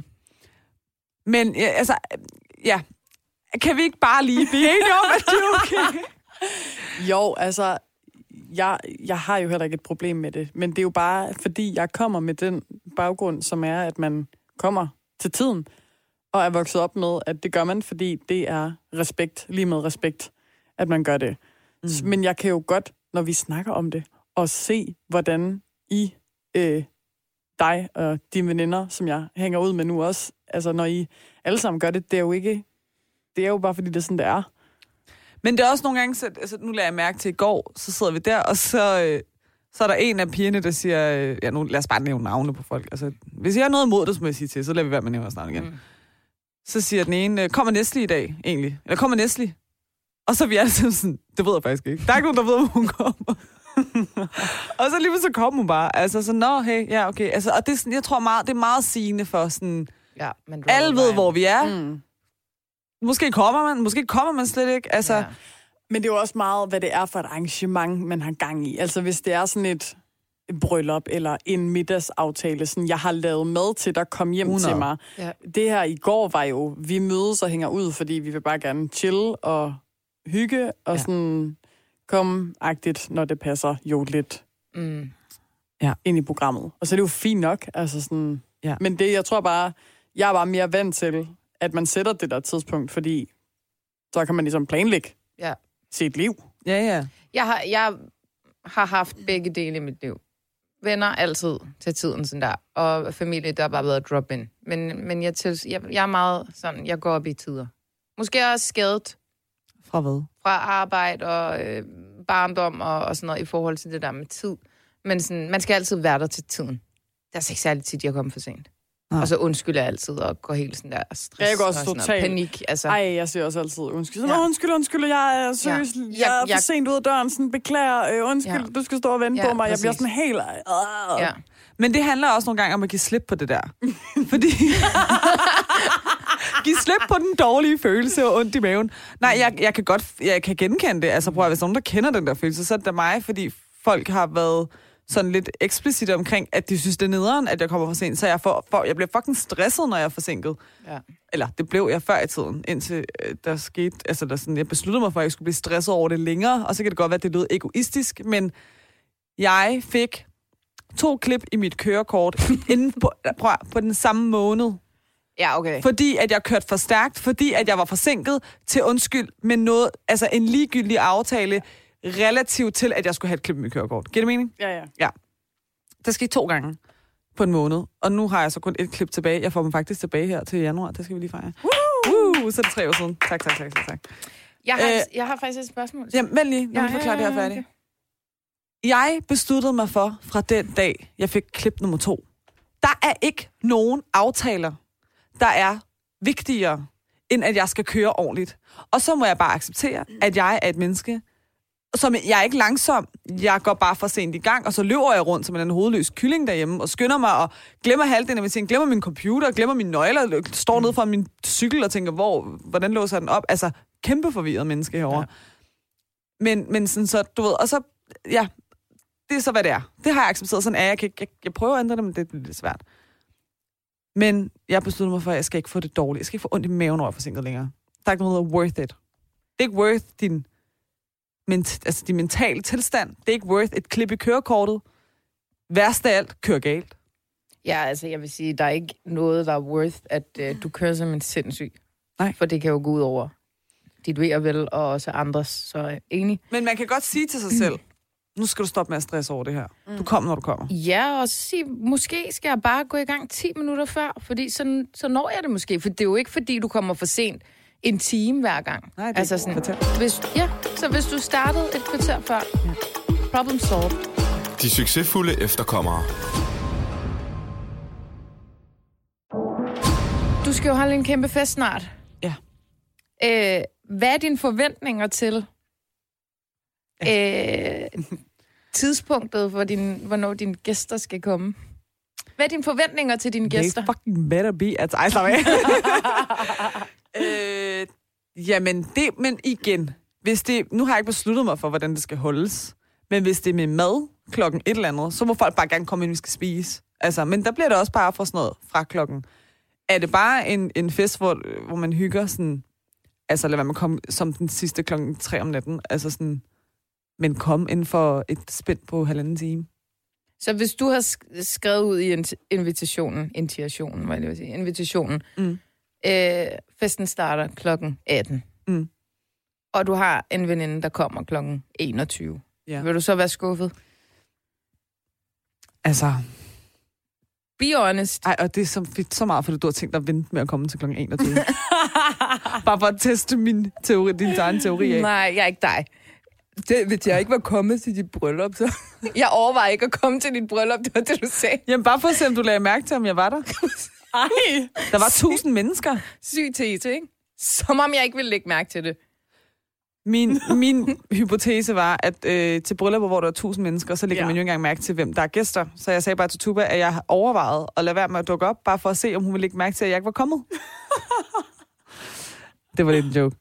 Men ja, altså, ja, kan vi ikke bare lige blive enige om, at det er okay? Jo, altså, jeg, jeg har jo heller ikke et problem med det, men det er jo bare, fordi jeg kommer med den baggrund, som er, at man kommer til tiden, og er vokset op med, at det gør man, fordi det er respekt, lige med respekt, at man gør det. Mm. Men jeg kan jo godt, når vi snakker om det, og se, hvordan I, øh, dig og dine veninder, som jeg hænger ud med nu også, altså når I alle sammen gør det, det er jo ikke, det er jo bare fordi, det er sådan, det er. Men det er også nogle gange, så, altså nu lader jeg mærke til i går, så sidder vi der, og så, øh, så er der en af pigerne, der siger, øh, ja nu lad os bare nævne navne på folk, altså hvis jeg har noget imod det, så må jeg sige til, så lader vi være med at nævne os navn igen. Mm. Så siger den ene, kommer Nestle i dag, egentlig? Eller kommer Nestle? Og så er vi altid sådan, det ved jeg faktisk ikke. Der er ikke nogen, der ved, hvor hun kommer. Og så lige så kom hun bare. Altså så, nå, hey, ja, okay. Altså, og det er sådan, jeg tror meget, det er meget sigende for sådan, ja, men alle ved, hvor vi er. Mm. Måske kommer man, måske kommer man slet ikke. Altså, ja. Men det er jo også meget, hvad det er for et arrangement, man har gang i. Altså hvis det er sådan et bryllup eller en middagsaftale, sådan jeg har lavet mad til, der kom hjem hundrede til mig. Ja. Det her i går var jo, vi mødes og hænger ud, fordi vi vil bare gerne chill og hygge og ja. sådan komme-agtigt, når det passer jo lidt mm. ja. ind i programmet. Og så er det jo fint nok. Altså sådan, ja. Men det, jeg tror bare, jeg er bare mere vant til, at man sætter det der tidspunkt, fordi så kan man ligesom planlægge ja. sit liv. Ja, ja. Jeg har, jeg har haft begge dele i mit liv. Venner altid til tiden sådan der, og familie, der har bare været drop-in. Men, men jeg, til, jeg, jeg er meget sådan, jeg går op i tider. Måske også skadet. Fra hvad? Fra arbejde og øh, barndom og, og sådan noget i forhold til det der med tid. Men sådan, man skal altid være der til tiden. Det er altså ikke særlig tit, jeg kommer for sent. Ja. Og så undskylder jeg altid og går helt sådan der stress jeg går også og sådan totalt. Panik. Altså. Ej, jeg siger også altid undskyld. Sådan, ja. undskyld, undskyld, jeg er seriøst, ja. jeg, jeg er for jeg... sent ud af døren, sådan beklager, øh, undskyld, ja. du skal stå og vente ja, på mig. Præcis. Jeg bliver sådan helt... Øh. Ja. Men det handler også nogle gange om at give slip på det der. Fordi... Giv slip på den dårlige følelse og ondt i maven. Nej, jeg, jeg kan godt jeg kan genkende det. Altså, prøv at, hvis nogen, der kender den der følelse, så er det mig, fordi folk har været sådan lidt eksplicit omkring, at de synes, det er nederen, at jeg kommer for sent. Så jeg, får, for, jeg bliver fucking stresset, når jeg er forsinket. Ja. Eller, det blev jeg før i tiden, indtil øh, der skete... Altså, der sådan, jeg besluttede mig for, at jeg skulle blive stresset over det længere, og så kan det godt være, at det lød egoistisk, men jeg fik to klip i mit kørekort inden på, prøv, på den samme måned. Ja, okay. Fordi at jeg kørte for stærkt, fordi at jeg var forsinket til undskyld med noget, altså en ligegyldig aftale relativt til, at jeg skulle have et klip i mit kørekort. Giver det mening? Ja, ja. Ja. Det skete to gange på en måned, og nu har jeg så kun et klip tilbage. Jeg får dem faktisk tilbage her til januar, det skal vi lige fejre. Woo! Så er det tre år siden. Tak, tak, tak, tak. tak. Jeg har, øh, jeg har faktisk et spørgsmål. Jamen, vent lige, når ja, vi forklarer ja, ja, det her færdigt. Okay. Jeg besluttede mig for, fra den dag, jeg fik klip nummer to, der er ikke nogen aftaler, der er vigtigere, end at jeg skal køre ordentligt. Og så må jeg bare acceptere, at jeg er et menneske, som jeg er ikke langsom. Jeg går bare for sent i gang, og så løber jeg rundt som en hovedløs kylling derhjemme, og skynder mig og glemmer halvdelen af min ting, glemmer min computer, glemmer mine nøgler, står nede fra min cykel og tænker, hvor, hvordan låser den op? Altså, kæmpe forvirret menneske herovre. Ja. Men, men sådan så, du ved, og så, ja, det er så, hvad det er. Det har jeg accepteret, sådan er jeg. Jeg, jeg, jeg prøver at ændre det, men det er lidt svært. Men jeg besluttede mig for, at jeg skal ikke få det dårligt. Jeg skal ikke få ondt i maven, når jeg er forsinket længere. Der er ikke noget, der er worth it. Det er ikke worth din, ment, altså din mentale tilstand. Det er ikke worth et klip i kørekortet. Værst af alt, kør galt. Ja, altså jeg vil sige, der er ikke noget, der er worth, at uh, du kører som en sindssyg. Nej. For det kan jo gå ud over dit ved og vel, og også andres, så er enig. Men man kan godt sige til sig selv, nu skal du stoppe med at stresse over det her. Du kommer, når du kommer. Ja, og så sige, måske skal jeg bare gå i gang ti minutter før, fordi så, så når jeg det måske. For det er jo ikke, fordi du kommer for sent en time hver gang. Nej, det er altså sådan, hvis, ja, så hvis du startede et kvarter før, ja. Problem solved. De succesfulde efterkommere. Du skal jo holde en kæmpe fest snart. Ja. Øh, hvad er dine forventninger til ja. øh, tidspunktet, for din, hvornår dine gæster skal komme? Hvad er dine forventninger til dine gæster? They fucking better be at ej, slap af. øh, jamen, det, men igen, hvis det, nu har jeg ikke besluttet mig for, hvordan det skal holdes, men hvis det er med mad klokken et eller andet, så må folk bare gerne komme ind, vi skal spise. Altså, men der bliver det også bare fra sådan noget fra klokken. Er det bare en, en fest, hvor, hvor man hygger sådan, altså lad være med at komme som den sidste klokken tre om natten, altså sådan, men kom inden for et spænd på halvanden time. Så hvis du har skrevet ud i invitationen, invitationen, hvad jeg vil sige, invitationen, mm. øh, festen starter klokken atten, mm. og du har en veninde, der kommer klokken enogtyve. Ja. Vil du så være skuffet? Altså... Be honest. Ej, og det er så, så meget, fordi du har tænkt dig at vente med at komme til klokken enogtyve. Bare for at teste min teori, din egen teori af. Nej, jeg er ikke dig. Det, hvis jeg ikke var kommet til dit bryllup, så... Jeg overvejer ikke at komme til dit bryllup, det var det, du sagde. Jamen, bare for at se, om du lagde mærke til, om jeg var der. Ej. Der var tusind mennesker. Syg tese, ikke? Som om jeg ikke ville lægge mærke til det. Min, min hypotese var, at øh, til bryllupper, hvor der er tusind mennesker, så lægger ja. man jo ikke engang mærke til, hvem der er gæster. Så jeg sagde bare til Tuba, at jeg har overvejet at lade være med at dukke op, bare for at se, om hun ville lægge mærke til, at jeg ikke var kommet. Det var lidt en joke.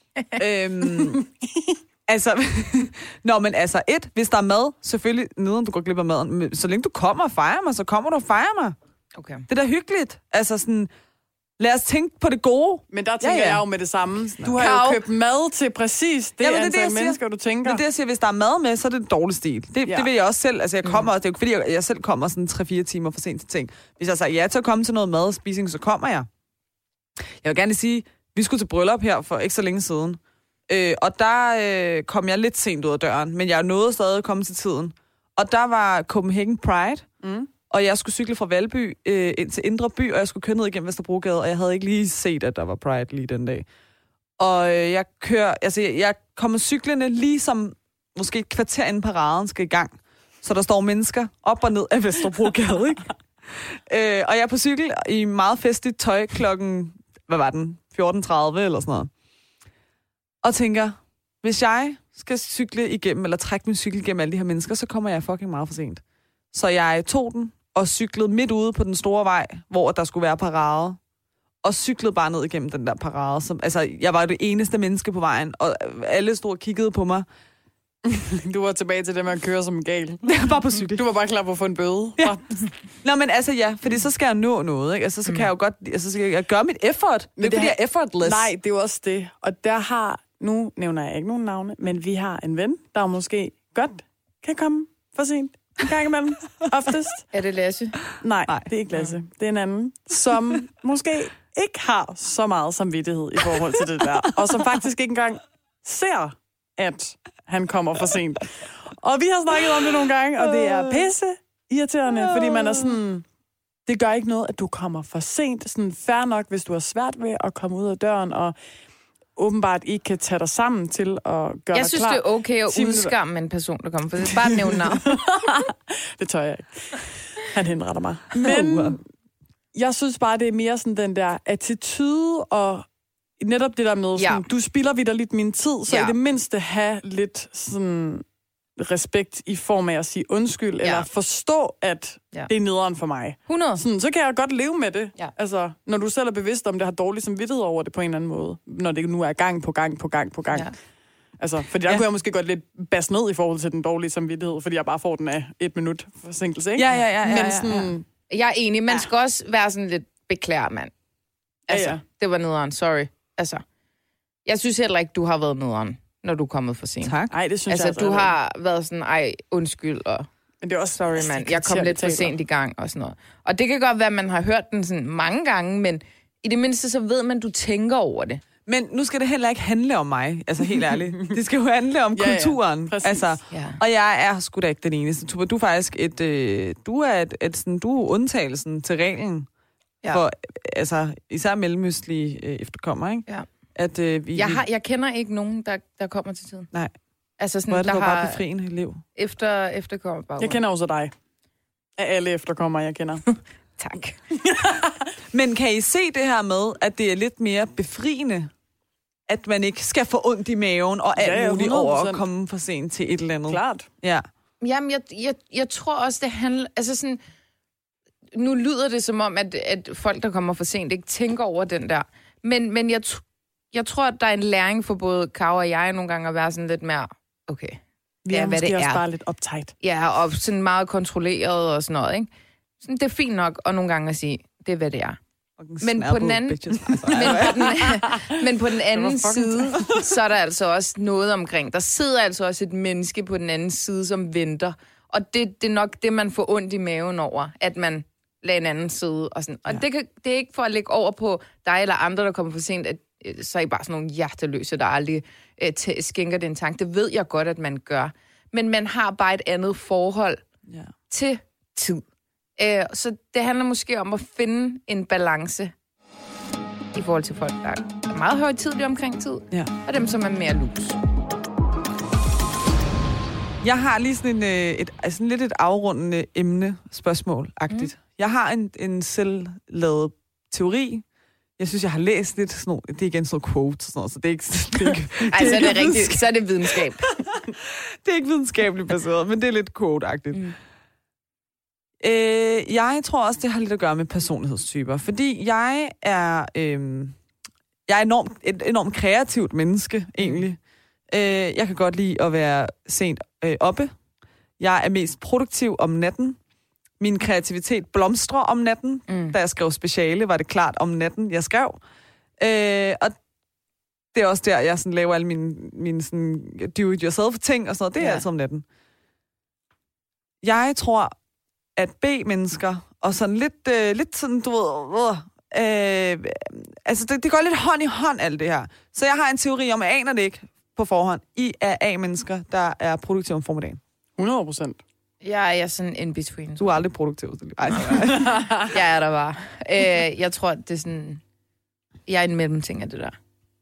øhm, altså, nå, men altså, et, hvis der er mad, selvfølgelig, nederen du går glip af maden, så længe du kommer og fejrer mig, så kommer du og fejrer mig. Okay. Det er da hyggeligt. Altså sådan... Lad os tænke på det gode. Men der tænker ja, ja. jeg jo med det samme. Du har Kav. jo købt mad til præcis det Jamen, antal det, det, mennesker, du tænker. Det er det, jeg siger. Hvis der er mad med, så er det en dårlig stil. Det, ja. det vil jeg også selv. Altså, jeg kommer mm. også, det er jo fordi, jeg, jeg selv kommer sådan tre-fire timer for sent til ting. Hvis jeg siger ja til at komme til noget mad og spising, så kommer jeg. Jeg vil gerne sige, vi skulle til bryllup her for ikke så længe siden. Øh, og der øh, kom jeg lidt sent ud af døren, men jeg nåede stadig at komme til tiden. Og der var Copenhagen Pride. Mm. Og jeg skulle cykle fra Valby øh, ind til Indre By, og jeg skulle køre ned igennem Vesterbrogade, og jeg havde ikke lige set, at der var Pride lige den dag. Og øh, jeg kører, altså jeg, jeg kommer cyklende lige som måske et kvarter inden paraden skal i gang. Så der står mennesker op og ned af Vesterbrogade, ikke? øh, og jeg er på cykel i meget festligt tøj klokken, hvad var den, fjorten tredive eller sådan noget. Og tænker, hvis jeg skal cykle igennem, eller trække min cykel igennem alle de her mennesker, så kommer jeg fucking meget for sent. Så jeg tog den og cyklede midt ude på den store vej, hvor der skulle være parade. Og cyklede bare ned igennem den der parade. Som, altså, jeg var det eneste menneske på vejen, og alle stod og kiggede på mig. Du var tilbage til det med at køre som en gal. Bare på cykel. Du var bare klar på at få en bøde. Ja. Nå, men altså ja, fordi så skal jeg nå noget, ikke? Altså, så kan mm. jeg jo godt, altså, så skal jeg gøre mit effort. Men det er fordi, jeg er effortless. Nej, det er jo også det. Og der har, nu nævner jeg ikke nogen navne, men vi har en ven, der måske godt kan komme for sent. En gang imellem, oftest. Er det Lasse? Nej, Nej, det er ikke Lasse. Det er en anden, som måske ikke har så meget samvittighed i forhold til det der. Og som faktisk ikke engang ser, at han kommer for sent. Og vi har snakket om det nogle gange, og det er pisse irriterende, fordi man er sådan... Det gør ikke noget, at du kommer for sent. Sådan fair nok, hvis du har svært ved at komme ud af døren, og åbenbart ikke kan tage dig sammen til at gøre dig klar. Jeg synes, det er okay at udskamme en person, der kommer. For det er bare at nævne navn. Det tør jeg ikke. Han henretter mig. Men jeg synes bare, det er mere sådan den der attitude, og netop det der med, sådan, ja. du spilder vitterligt min tid, så ja. i det mindste have lidt sådan respekt i form af at sige undskyld, ja. eller forstå, at ja. det er nederen for mig. hundrede Sådan, så kan jeg godt leve med det. Ja. Altså, når du selv er bevidst om det, har dårlig samvittighed over det på en eller anden måde. Når det nu er gang på gang på gang på gang. Ja. Altså, fordi der ja. kunne jeg måske godt lidt bas ned i forhold til den dårlige samvittighed, fordi jeg bare får den af et minut forsinkelse, ikke? Ja, ja, ja. ja, Men sådan... ja. Jeg er enig. Man ja. skal også være sådan lidt beklager, mand. Altså, ja, ja. det var nederen. Sorry. Altså, jeg synes heller ikke, du har været nederen, når du er kommet for sent. Tak. Ej, det synes altså, jeg du har været sådan, ej, undskyld, og Men det er også... Sorry, mand. Jeg kom lidt for sent i gang og sådan noget. Og det kan godt være, at man har hørt den sådan mange gange, men i det mindste så ved man, at du tænker over det. Men nu skal det heller ikke handle om mig, altså helt ærligt. Det skal jo handle om ja, kulturen. Ja, altså, ja. Og jeg er sgu da ikke den eneste. Tuba, du er faktisk et, øh, du er et, et sådan, du er undtagelsen til reglen. Ja. For, altså, især mellemøstlige øh, efterkommere, ikke? Ja. At, øh, vi, jeg, har, jeg kender ikke nogen, der, der kommer til tiden. Nej. Altså sådan, hvor er det der har... har bare befriende liv. Efter, efterkommer baggrund. Jeg kender også dig. Af alle efterkommere, jeg kender. Tak. Men kan I se det her med, at det er lidt mere befriende, at man ikke skal få ondt i maven og alt ja, muligt over at komme for sent til et eller andet? Klart. Ja. Jamen, jeg, jeg, jeg tror også, det handler... Altså sådan... Nu lyder det som om, at, at folk, der kommer for sent, ikke tænker over den der. Men, men jeg, jeg tror, at der er en læring for både Karo og jeg nogle gange at være sådan lidt mere... Okay, vi er ja, hvad måske det også er. bare lidt uptight. Ja, og sådan meget kontrolleret og sådan noget, ikke? Sådan, det er fint nok at nogle gange at sige, det er, hvad det er. Men på, den anden, men, på den, men på den anden side, så er der altså også noget omkring. Der sidder altså også et menneske på den anden side, som venter. Og det, det er nok det, man får ondt i maven over, at man lader en anden sidde. Og, sådan. og ja. det, kan, det er ikke for at lægge over på dig eller andre, der kommer for sent, at så er I bare sådan nogle hjerteløse, der aldrig øh, t- skænker den tanke. Det ved jeg godt, at man gør. Men man har bare et andet forhold ja. til tid. Øh, så det handler måske om at finde en balance i forhold til folk, der er meget højtidelige omkring tid, ja. og dem, som er mere lus. Jeg har lige sådan, en, et, altså lidt et afrundende emne-spørgsmål-agtigt. Mm. Jeg har en, en selvlavet teori. Jeg synes, jeg har læst lidt sådan noget, det er igen sådan noget quote, sådan noget, så det er ikke... Det er ikke Ej, det så er det rigtigt, så er det videnskab. Det er ikke videnskabeligt baseret, men det er lidt quote-agtigt. Mm. Øh, jeg tror også, det har lidt at gøre med personlighedstyper, fordi jeg er, øh, jeg er enormt, et enormt kreativt menneske, egentlig. Øh, jeg kan godt lide at være sent øh, oppe. Jeg er mest produktiv om natten. Min kreativitet blomstrer om natten. Mm. Da jeg skrev speciale, var det klart om natten, jeg skrev. Øh, og det er også der, jeg sådan laver alle mine, mine sådan do-it-yourself-ting og sådan noget. Det er ja. altså om natten. Jeg tror, at B-mennesker, og sådan lidt, øh, lidt sådan, du ved, øh, altså det, det går lidt hånd i hånd, alt det her. Så jeg har en teori om, at jeg aner det ikke på forhånd. I er A-mennesker, der er produktive om formiddagen. hundrede procent. Jeg er sådan in between. Du er aldrig produktiv. Ej, jeg er der bare. Øh, jeg tror, det er sådan... Jeg er en mellemting af det der.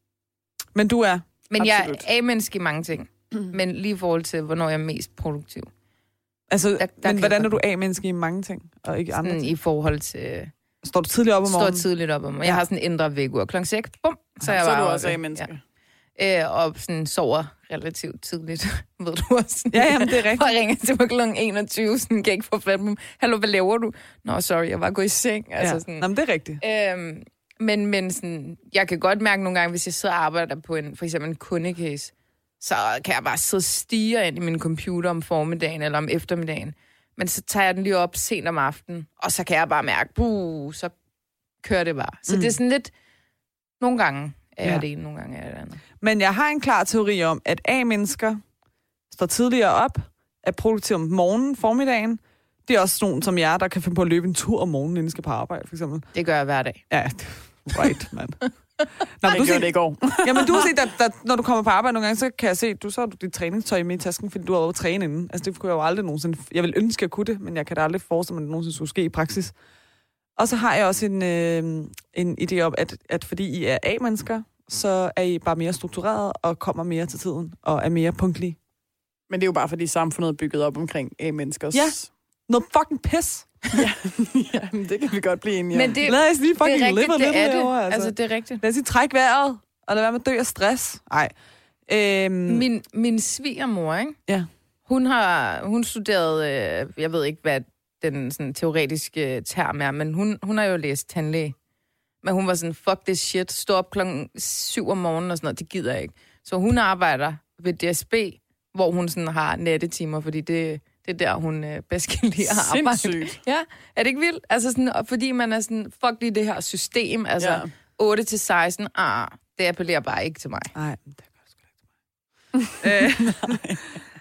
Men du er? Men absolut. jeg er A-menneske i mange ting. Men lige i forhold til, hvornår jeg er mest produktiv. Altså, der, der men hvordan er du godt... A-menneske i mange ting, og ikke andre ting? I forhold til... Står du tidligt op om morgenen? Står tidligt op om morgenen. Jeg har sådan en indre vægur. Klokken seks, bum, så er jeg så bare... Så er du også A-menneske. Ja. Øh, og sådan sover relativt tidligt, ved du også. Ja, jamen, det er rigtigt. Og ringer til mig klokken enogtyve, sådan, kan ikke få fat på. Hallo, hvad laver du? Nå, sorry, jeg var gået i seng. Altså, ja. sådan. Nå, men det er rigtigt. Øhm, men men sådan, jeg kan godt mærke nogle gange, hvis jeg sidder og arbejder på en, for eksempel en kundecase, så kan jeg bare sidde og stige ind i min computer om formiddagen eller om eftermiddagen. Men så tager jeg den lige op sent om aftenen, og så kan jeg bare mærke, buh, så kører det bare. Så mm. det er sådan lidt, nogle gange er ja. det ene, nogle gange er det andet. Men jeg har en klar teori om, at A-mennesker står tidligere op, er produktive om morgenen, formiddagen. Det er også nogen som jer, der kan finde på at løbe en tur om morgenen, inden de skal på arbejde, for eksempel. Det gør jeg hver dag. Ja, right, mand. Nå, det gjorde det i går. Jamen, du har set, at, at når du kommer på arbejde nogle gange, så kan jeg se, du så har du dit træningstøj med i tasken, fordi du har været træne inden. Altså, det kunne jeg jo aldrig nogensinde... Jeg vil ønske, at jeg kunne det, men jeg kan da aldrig forestille mig, at det nogensinde skulle ske i praksis. Og så har jeg også en, øh, en idé om, at, at fordi I er A-mennesker, så er I bare mere struktureret og kommer mere til tiden og er mere punktlige. Men det er jo bare, fordi samfundet er bygget op omkring A-menneskers... Ja, noget fucking pis. ja, ja, det kan vi godt blive enige om. Men det, lad os lige fucking det er rigtigt, det er det. Derovre, altså. altså, det er rigtigt. Lad os lige trække vejret, og lad være med at dø af stress. Nej. Øhm... Min, min svigermor, ikke? Ja. Hun har hun studeret, øh, jeg ved ikke, hvad den sådan, teoretiske term er, men hun, hun har jo læst tandlæge. Men hun var sådan, fuck this shit, stå op klokken syv om morgenen og sådan noget, det gider jeg ikke. Så hun arbejder ved D S B, hvor hun sådan har nattetimer, fordi det, det er der, hun øh, bedst kan lide at arbejde. Sindssygt. Ja, er det ikke vildt? Altså sådan, fordi man er sådan, fuck lige det her system, altså ja. otte til seksten, ah, det appellerer bare ikke til mig. Nej, det gør sgu ikke til mig.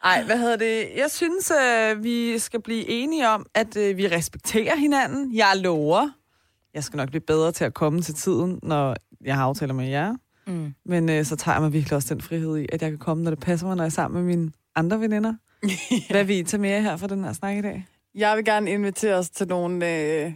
Ej, hvad hedder det? Jeg synes, øh, vi skal blive enige om, at øh, vi respekterer hinanden. Jeg lover. Jeg skal nok blive bedre til at komme til tiden, når jeg har aftaler med jer. Mm. Men øh, så tager jeg mig virkelig også den frihed i, at jeg kan komme, når det passer mig, når jeg er sammen med mine andre veninder. Ja. Hvad vil I tage med her for den her snak i dag? Jeg vil gerne invitere os til nogle øh,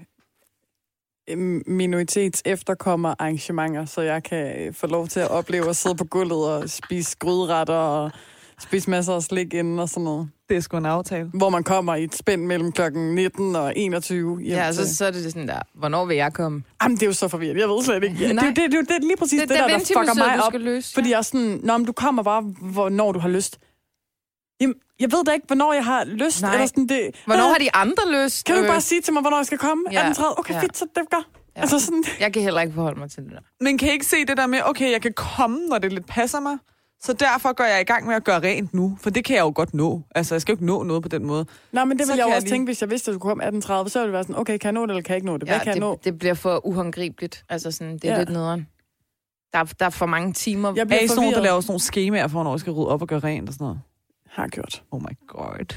minoritets efterkommer arrangementer, så jeg kan få lov til at opleve at sidde på gulvet og spise gryderetter og spise masser af slik inden og sådan noget. Det er sgu en aftale. Hvor man kommer i et spænd mellem klokken nitten og enogtyve. Ja, så, så er det sådan der, hvornår vil jeg komme? Jamen, det er jo så forvirret. Jeg ved slet ikke. Ja, det, det, det, det, det er lige præcis det, det, det der, der fucker mig op. Løse, fordi jeg er sådan, nå, men du kommer bare, hvornår du har lyst. Jamen, jeg ved da ikke, hvornår jeg har lyst. Eller sådan, det, hvornår har de andre lyst? Kan du bare sige til mig, hvornår jeg skal komme? Ja. atten tredive Okay, ja. Fedt, så det gør. Ja. Altså sådan. Jeg kan heller ikke forholde mig til det der. Men kan I ikke se det der med, okay, jeg kan komme, når det lidt passer mig? Så derfor går jeg i gang med at gøre rent nu. For det kan jeg jo godt nå. Altså, jeg skal jo ikke nå noget på den måde. Nej, men det ville jeg jo også lige tænke, hvis jeg vidste, at du kunne komme atten tredive så ville det være sådan, okay, kan jeg nå det, eller kan jeg ikke nå det? Hvad ja, kan det, jeg nå? det bliver for uhåndgribeligt. Altså sådan, det er ja. lidt nederen. Der, der er for mange timer. Jeg bliver er I sådan, der laver sådan nogle skemaer for, når jeg skal rydde op og gøre rent og sådan noget? Har gjort. Oh my god.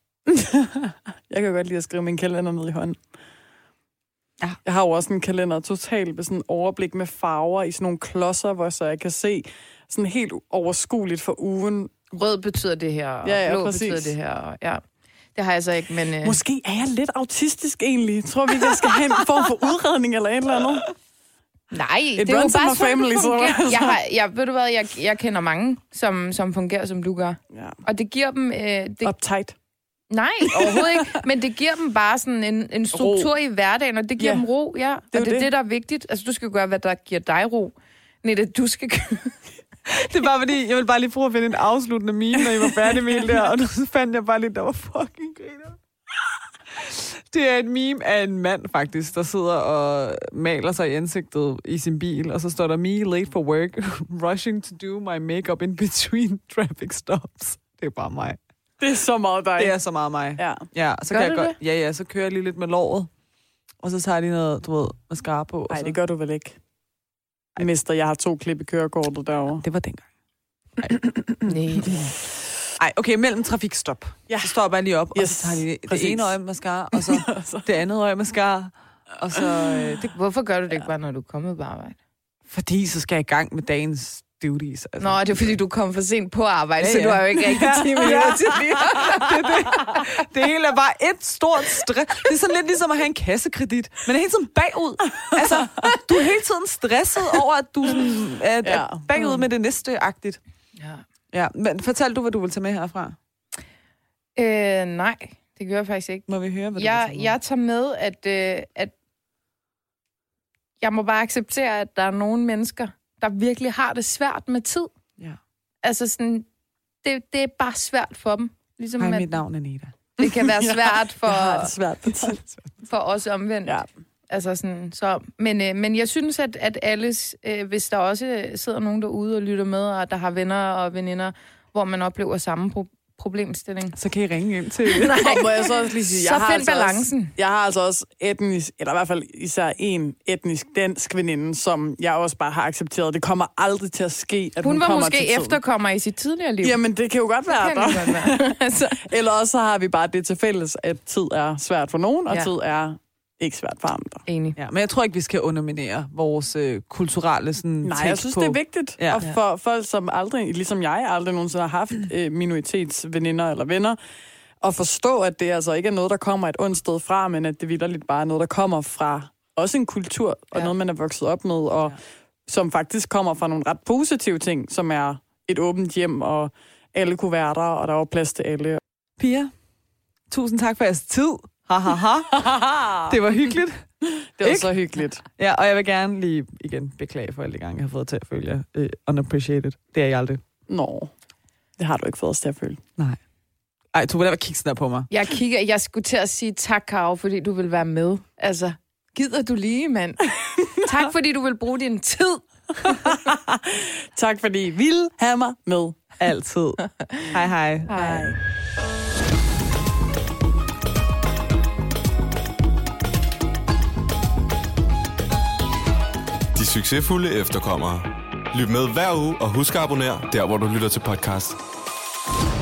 Jeg kan godt lide at skrive min kalender ned i hånden. Ja. Jeg har jo også en kalender totalt med sådan en overblik med farver i sådan nogle klodser, hvor så jeg kan se sådan helt overskueligt for ugen. Rød betyder det her, og ja, ja, blå præcis. betyder det her. Og, ja. Det har jeg så ikke, men... Øh... Måske er jeg lidt autistisk egentlig. Tror vi, jeg skal have en form for udredning eller et eller andet? Nej, et det er jo bare family, sådan, jeg, har, jeg, ved du hvad, jeg, jeg kender mange, som, som fungerer, som du gør. Ja. Og det giver dem... Øh, det... Uptight. Nej, overhovedet ikke. Men det giver dem bare sådan en, en struktur ro. i hverdagen, og det giver ja. dem ro, ja. Og det er det, det, der er vigtigt. Altså, du skal gøre, hvad der giver dig ro. Nej, det du skal Det er bare fordi, jeg vil bare lige prøve at finde en afsluttende meme, når I var færdige med det der, og så fandt jeg bare lidt, der var fucking griner. Det er et meme af en mand, faktisk, der sidder og maler sig i ansigtet i sin bil, og så står der, me late for work, rushing to do my makeup in between traffic stops. Det er bare mig. Det er så meget dig. Det er så meget mig. Ja. Ja, så gør kan jeg godt, ja, ja, så kører jeg lige lidt med låret, og så tager jeg lige noget, du ved, mascara på. Nej, så... det gør du vel ikke. Ej. Mister, jeg har to klip i kørekortet derovre. Det var dengang. Nej. Ej, okay, mellem trafikstop. Ja. Så står jeg bare lige op, yes, og så tager de det præcis. ene øje mascara, og så det andet øje mascara. Og så, øh, det... Hvorfor gør du det ikke bare, når du er kommet på arbejde? Fordi så skal jeg i gang med dagens duties. Altså. Nå, det er fordi, du kom for sent på arbejde, ja, ja. så du har jo ikke rigtig ti minutter til lige. det, det. det hele er bare et stort stress. Det er sådan lidt ligesom at have en kassekredit. Men er hele tiden bagud. Altså, du er hele tiden stresset over, at du sådan, er, ja. er bagud med det næste-agtigt. Ja. Ja, men fortæl du, hvad du vil tage med herfra? Øh, nej, det gør jeg faktisk ikke. Må vi høre, hvad du jeg, vil tage med? Jeg tager med, at, øh, at jeg må bare acceptere, at der er nogle mennesker, der virkelig har det svært med tid. Ja. Altså sådan, det, det er bare svært for dem. Ligesom Hej, at mit navn er Nita. Det kan være svært for, jeg har det svært på tid. for os omvendt. Ja. Altså sådan, så, men, øh, men jeg synes, at, at alles, øh, hvis der også sidder nogen derude og lytter med, og der har venner og veninder, hvor man oplever samme pro- problemstilling. Så kan I ringe ind til... Nej, må jeg så også lige sige, så jeg har find altså balancen. Også, jeg har altså også etnisk, eller i hvert fald især en etnisk dansk veninde, som jeg også bare har accepteret. Det kommer aldrig til at ske, at hun, hun var kommer måske efterkommer i sit tidligere liv. Jamen, det kan jo godt være. Det kan det godt være. altså. Eller også så har vi bare det til fælles, at tid er svært for nogen, og ja. tid er ikke svært for andre. Enig. Ja, men jeg tror ikke, vi skal underminere vores øh, kulturelle sådan, Nej, jeg synes, på. det er vigtigt. Ja. Og for folk, som aldrig, ligesom jeg, aldrig nogensinde har haft øh, minoritetsveninder eller venner, at forstå, at det altså ikke er noget, der kommer et ondt sted fra, men at det vitterligt bare er noget, der kommer fra også en kultur, og ja. noget, man er vokset op med, og ja. som faktisk kommer fra nogle ret positive ting, som er et åbent hjem, og alle kunne være der, og der var plads til alle. Pia, tusind tak for jeres tid. Ha, ha, ha. Det var hyggeligt. Det var ikke? Så hyggeligt. Ja, og jeg vil gerne lige igen beklage for alle de gange, jeg har fået til at føle jer uh, unappreciated. Det er jeg aldrig. Nå, det har du ikke fået os til at føle. Nej. Ej, du vil da kigge sådan der på mig. Jeg kigger, jeg skulle til at sige tak, Karo, fordi du vil være med. Altså, gider du lige, mand? Tak, fordi du vil bruge din tid. Tak, fordi I vil have mig med. Altid. Hej, hej. Hej. De succesfulde efterkommere. Lyt med hver uge og husk at abonnere der, hvor du lytter til podcast.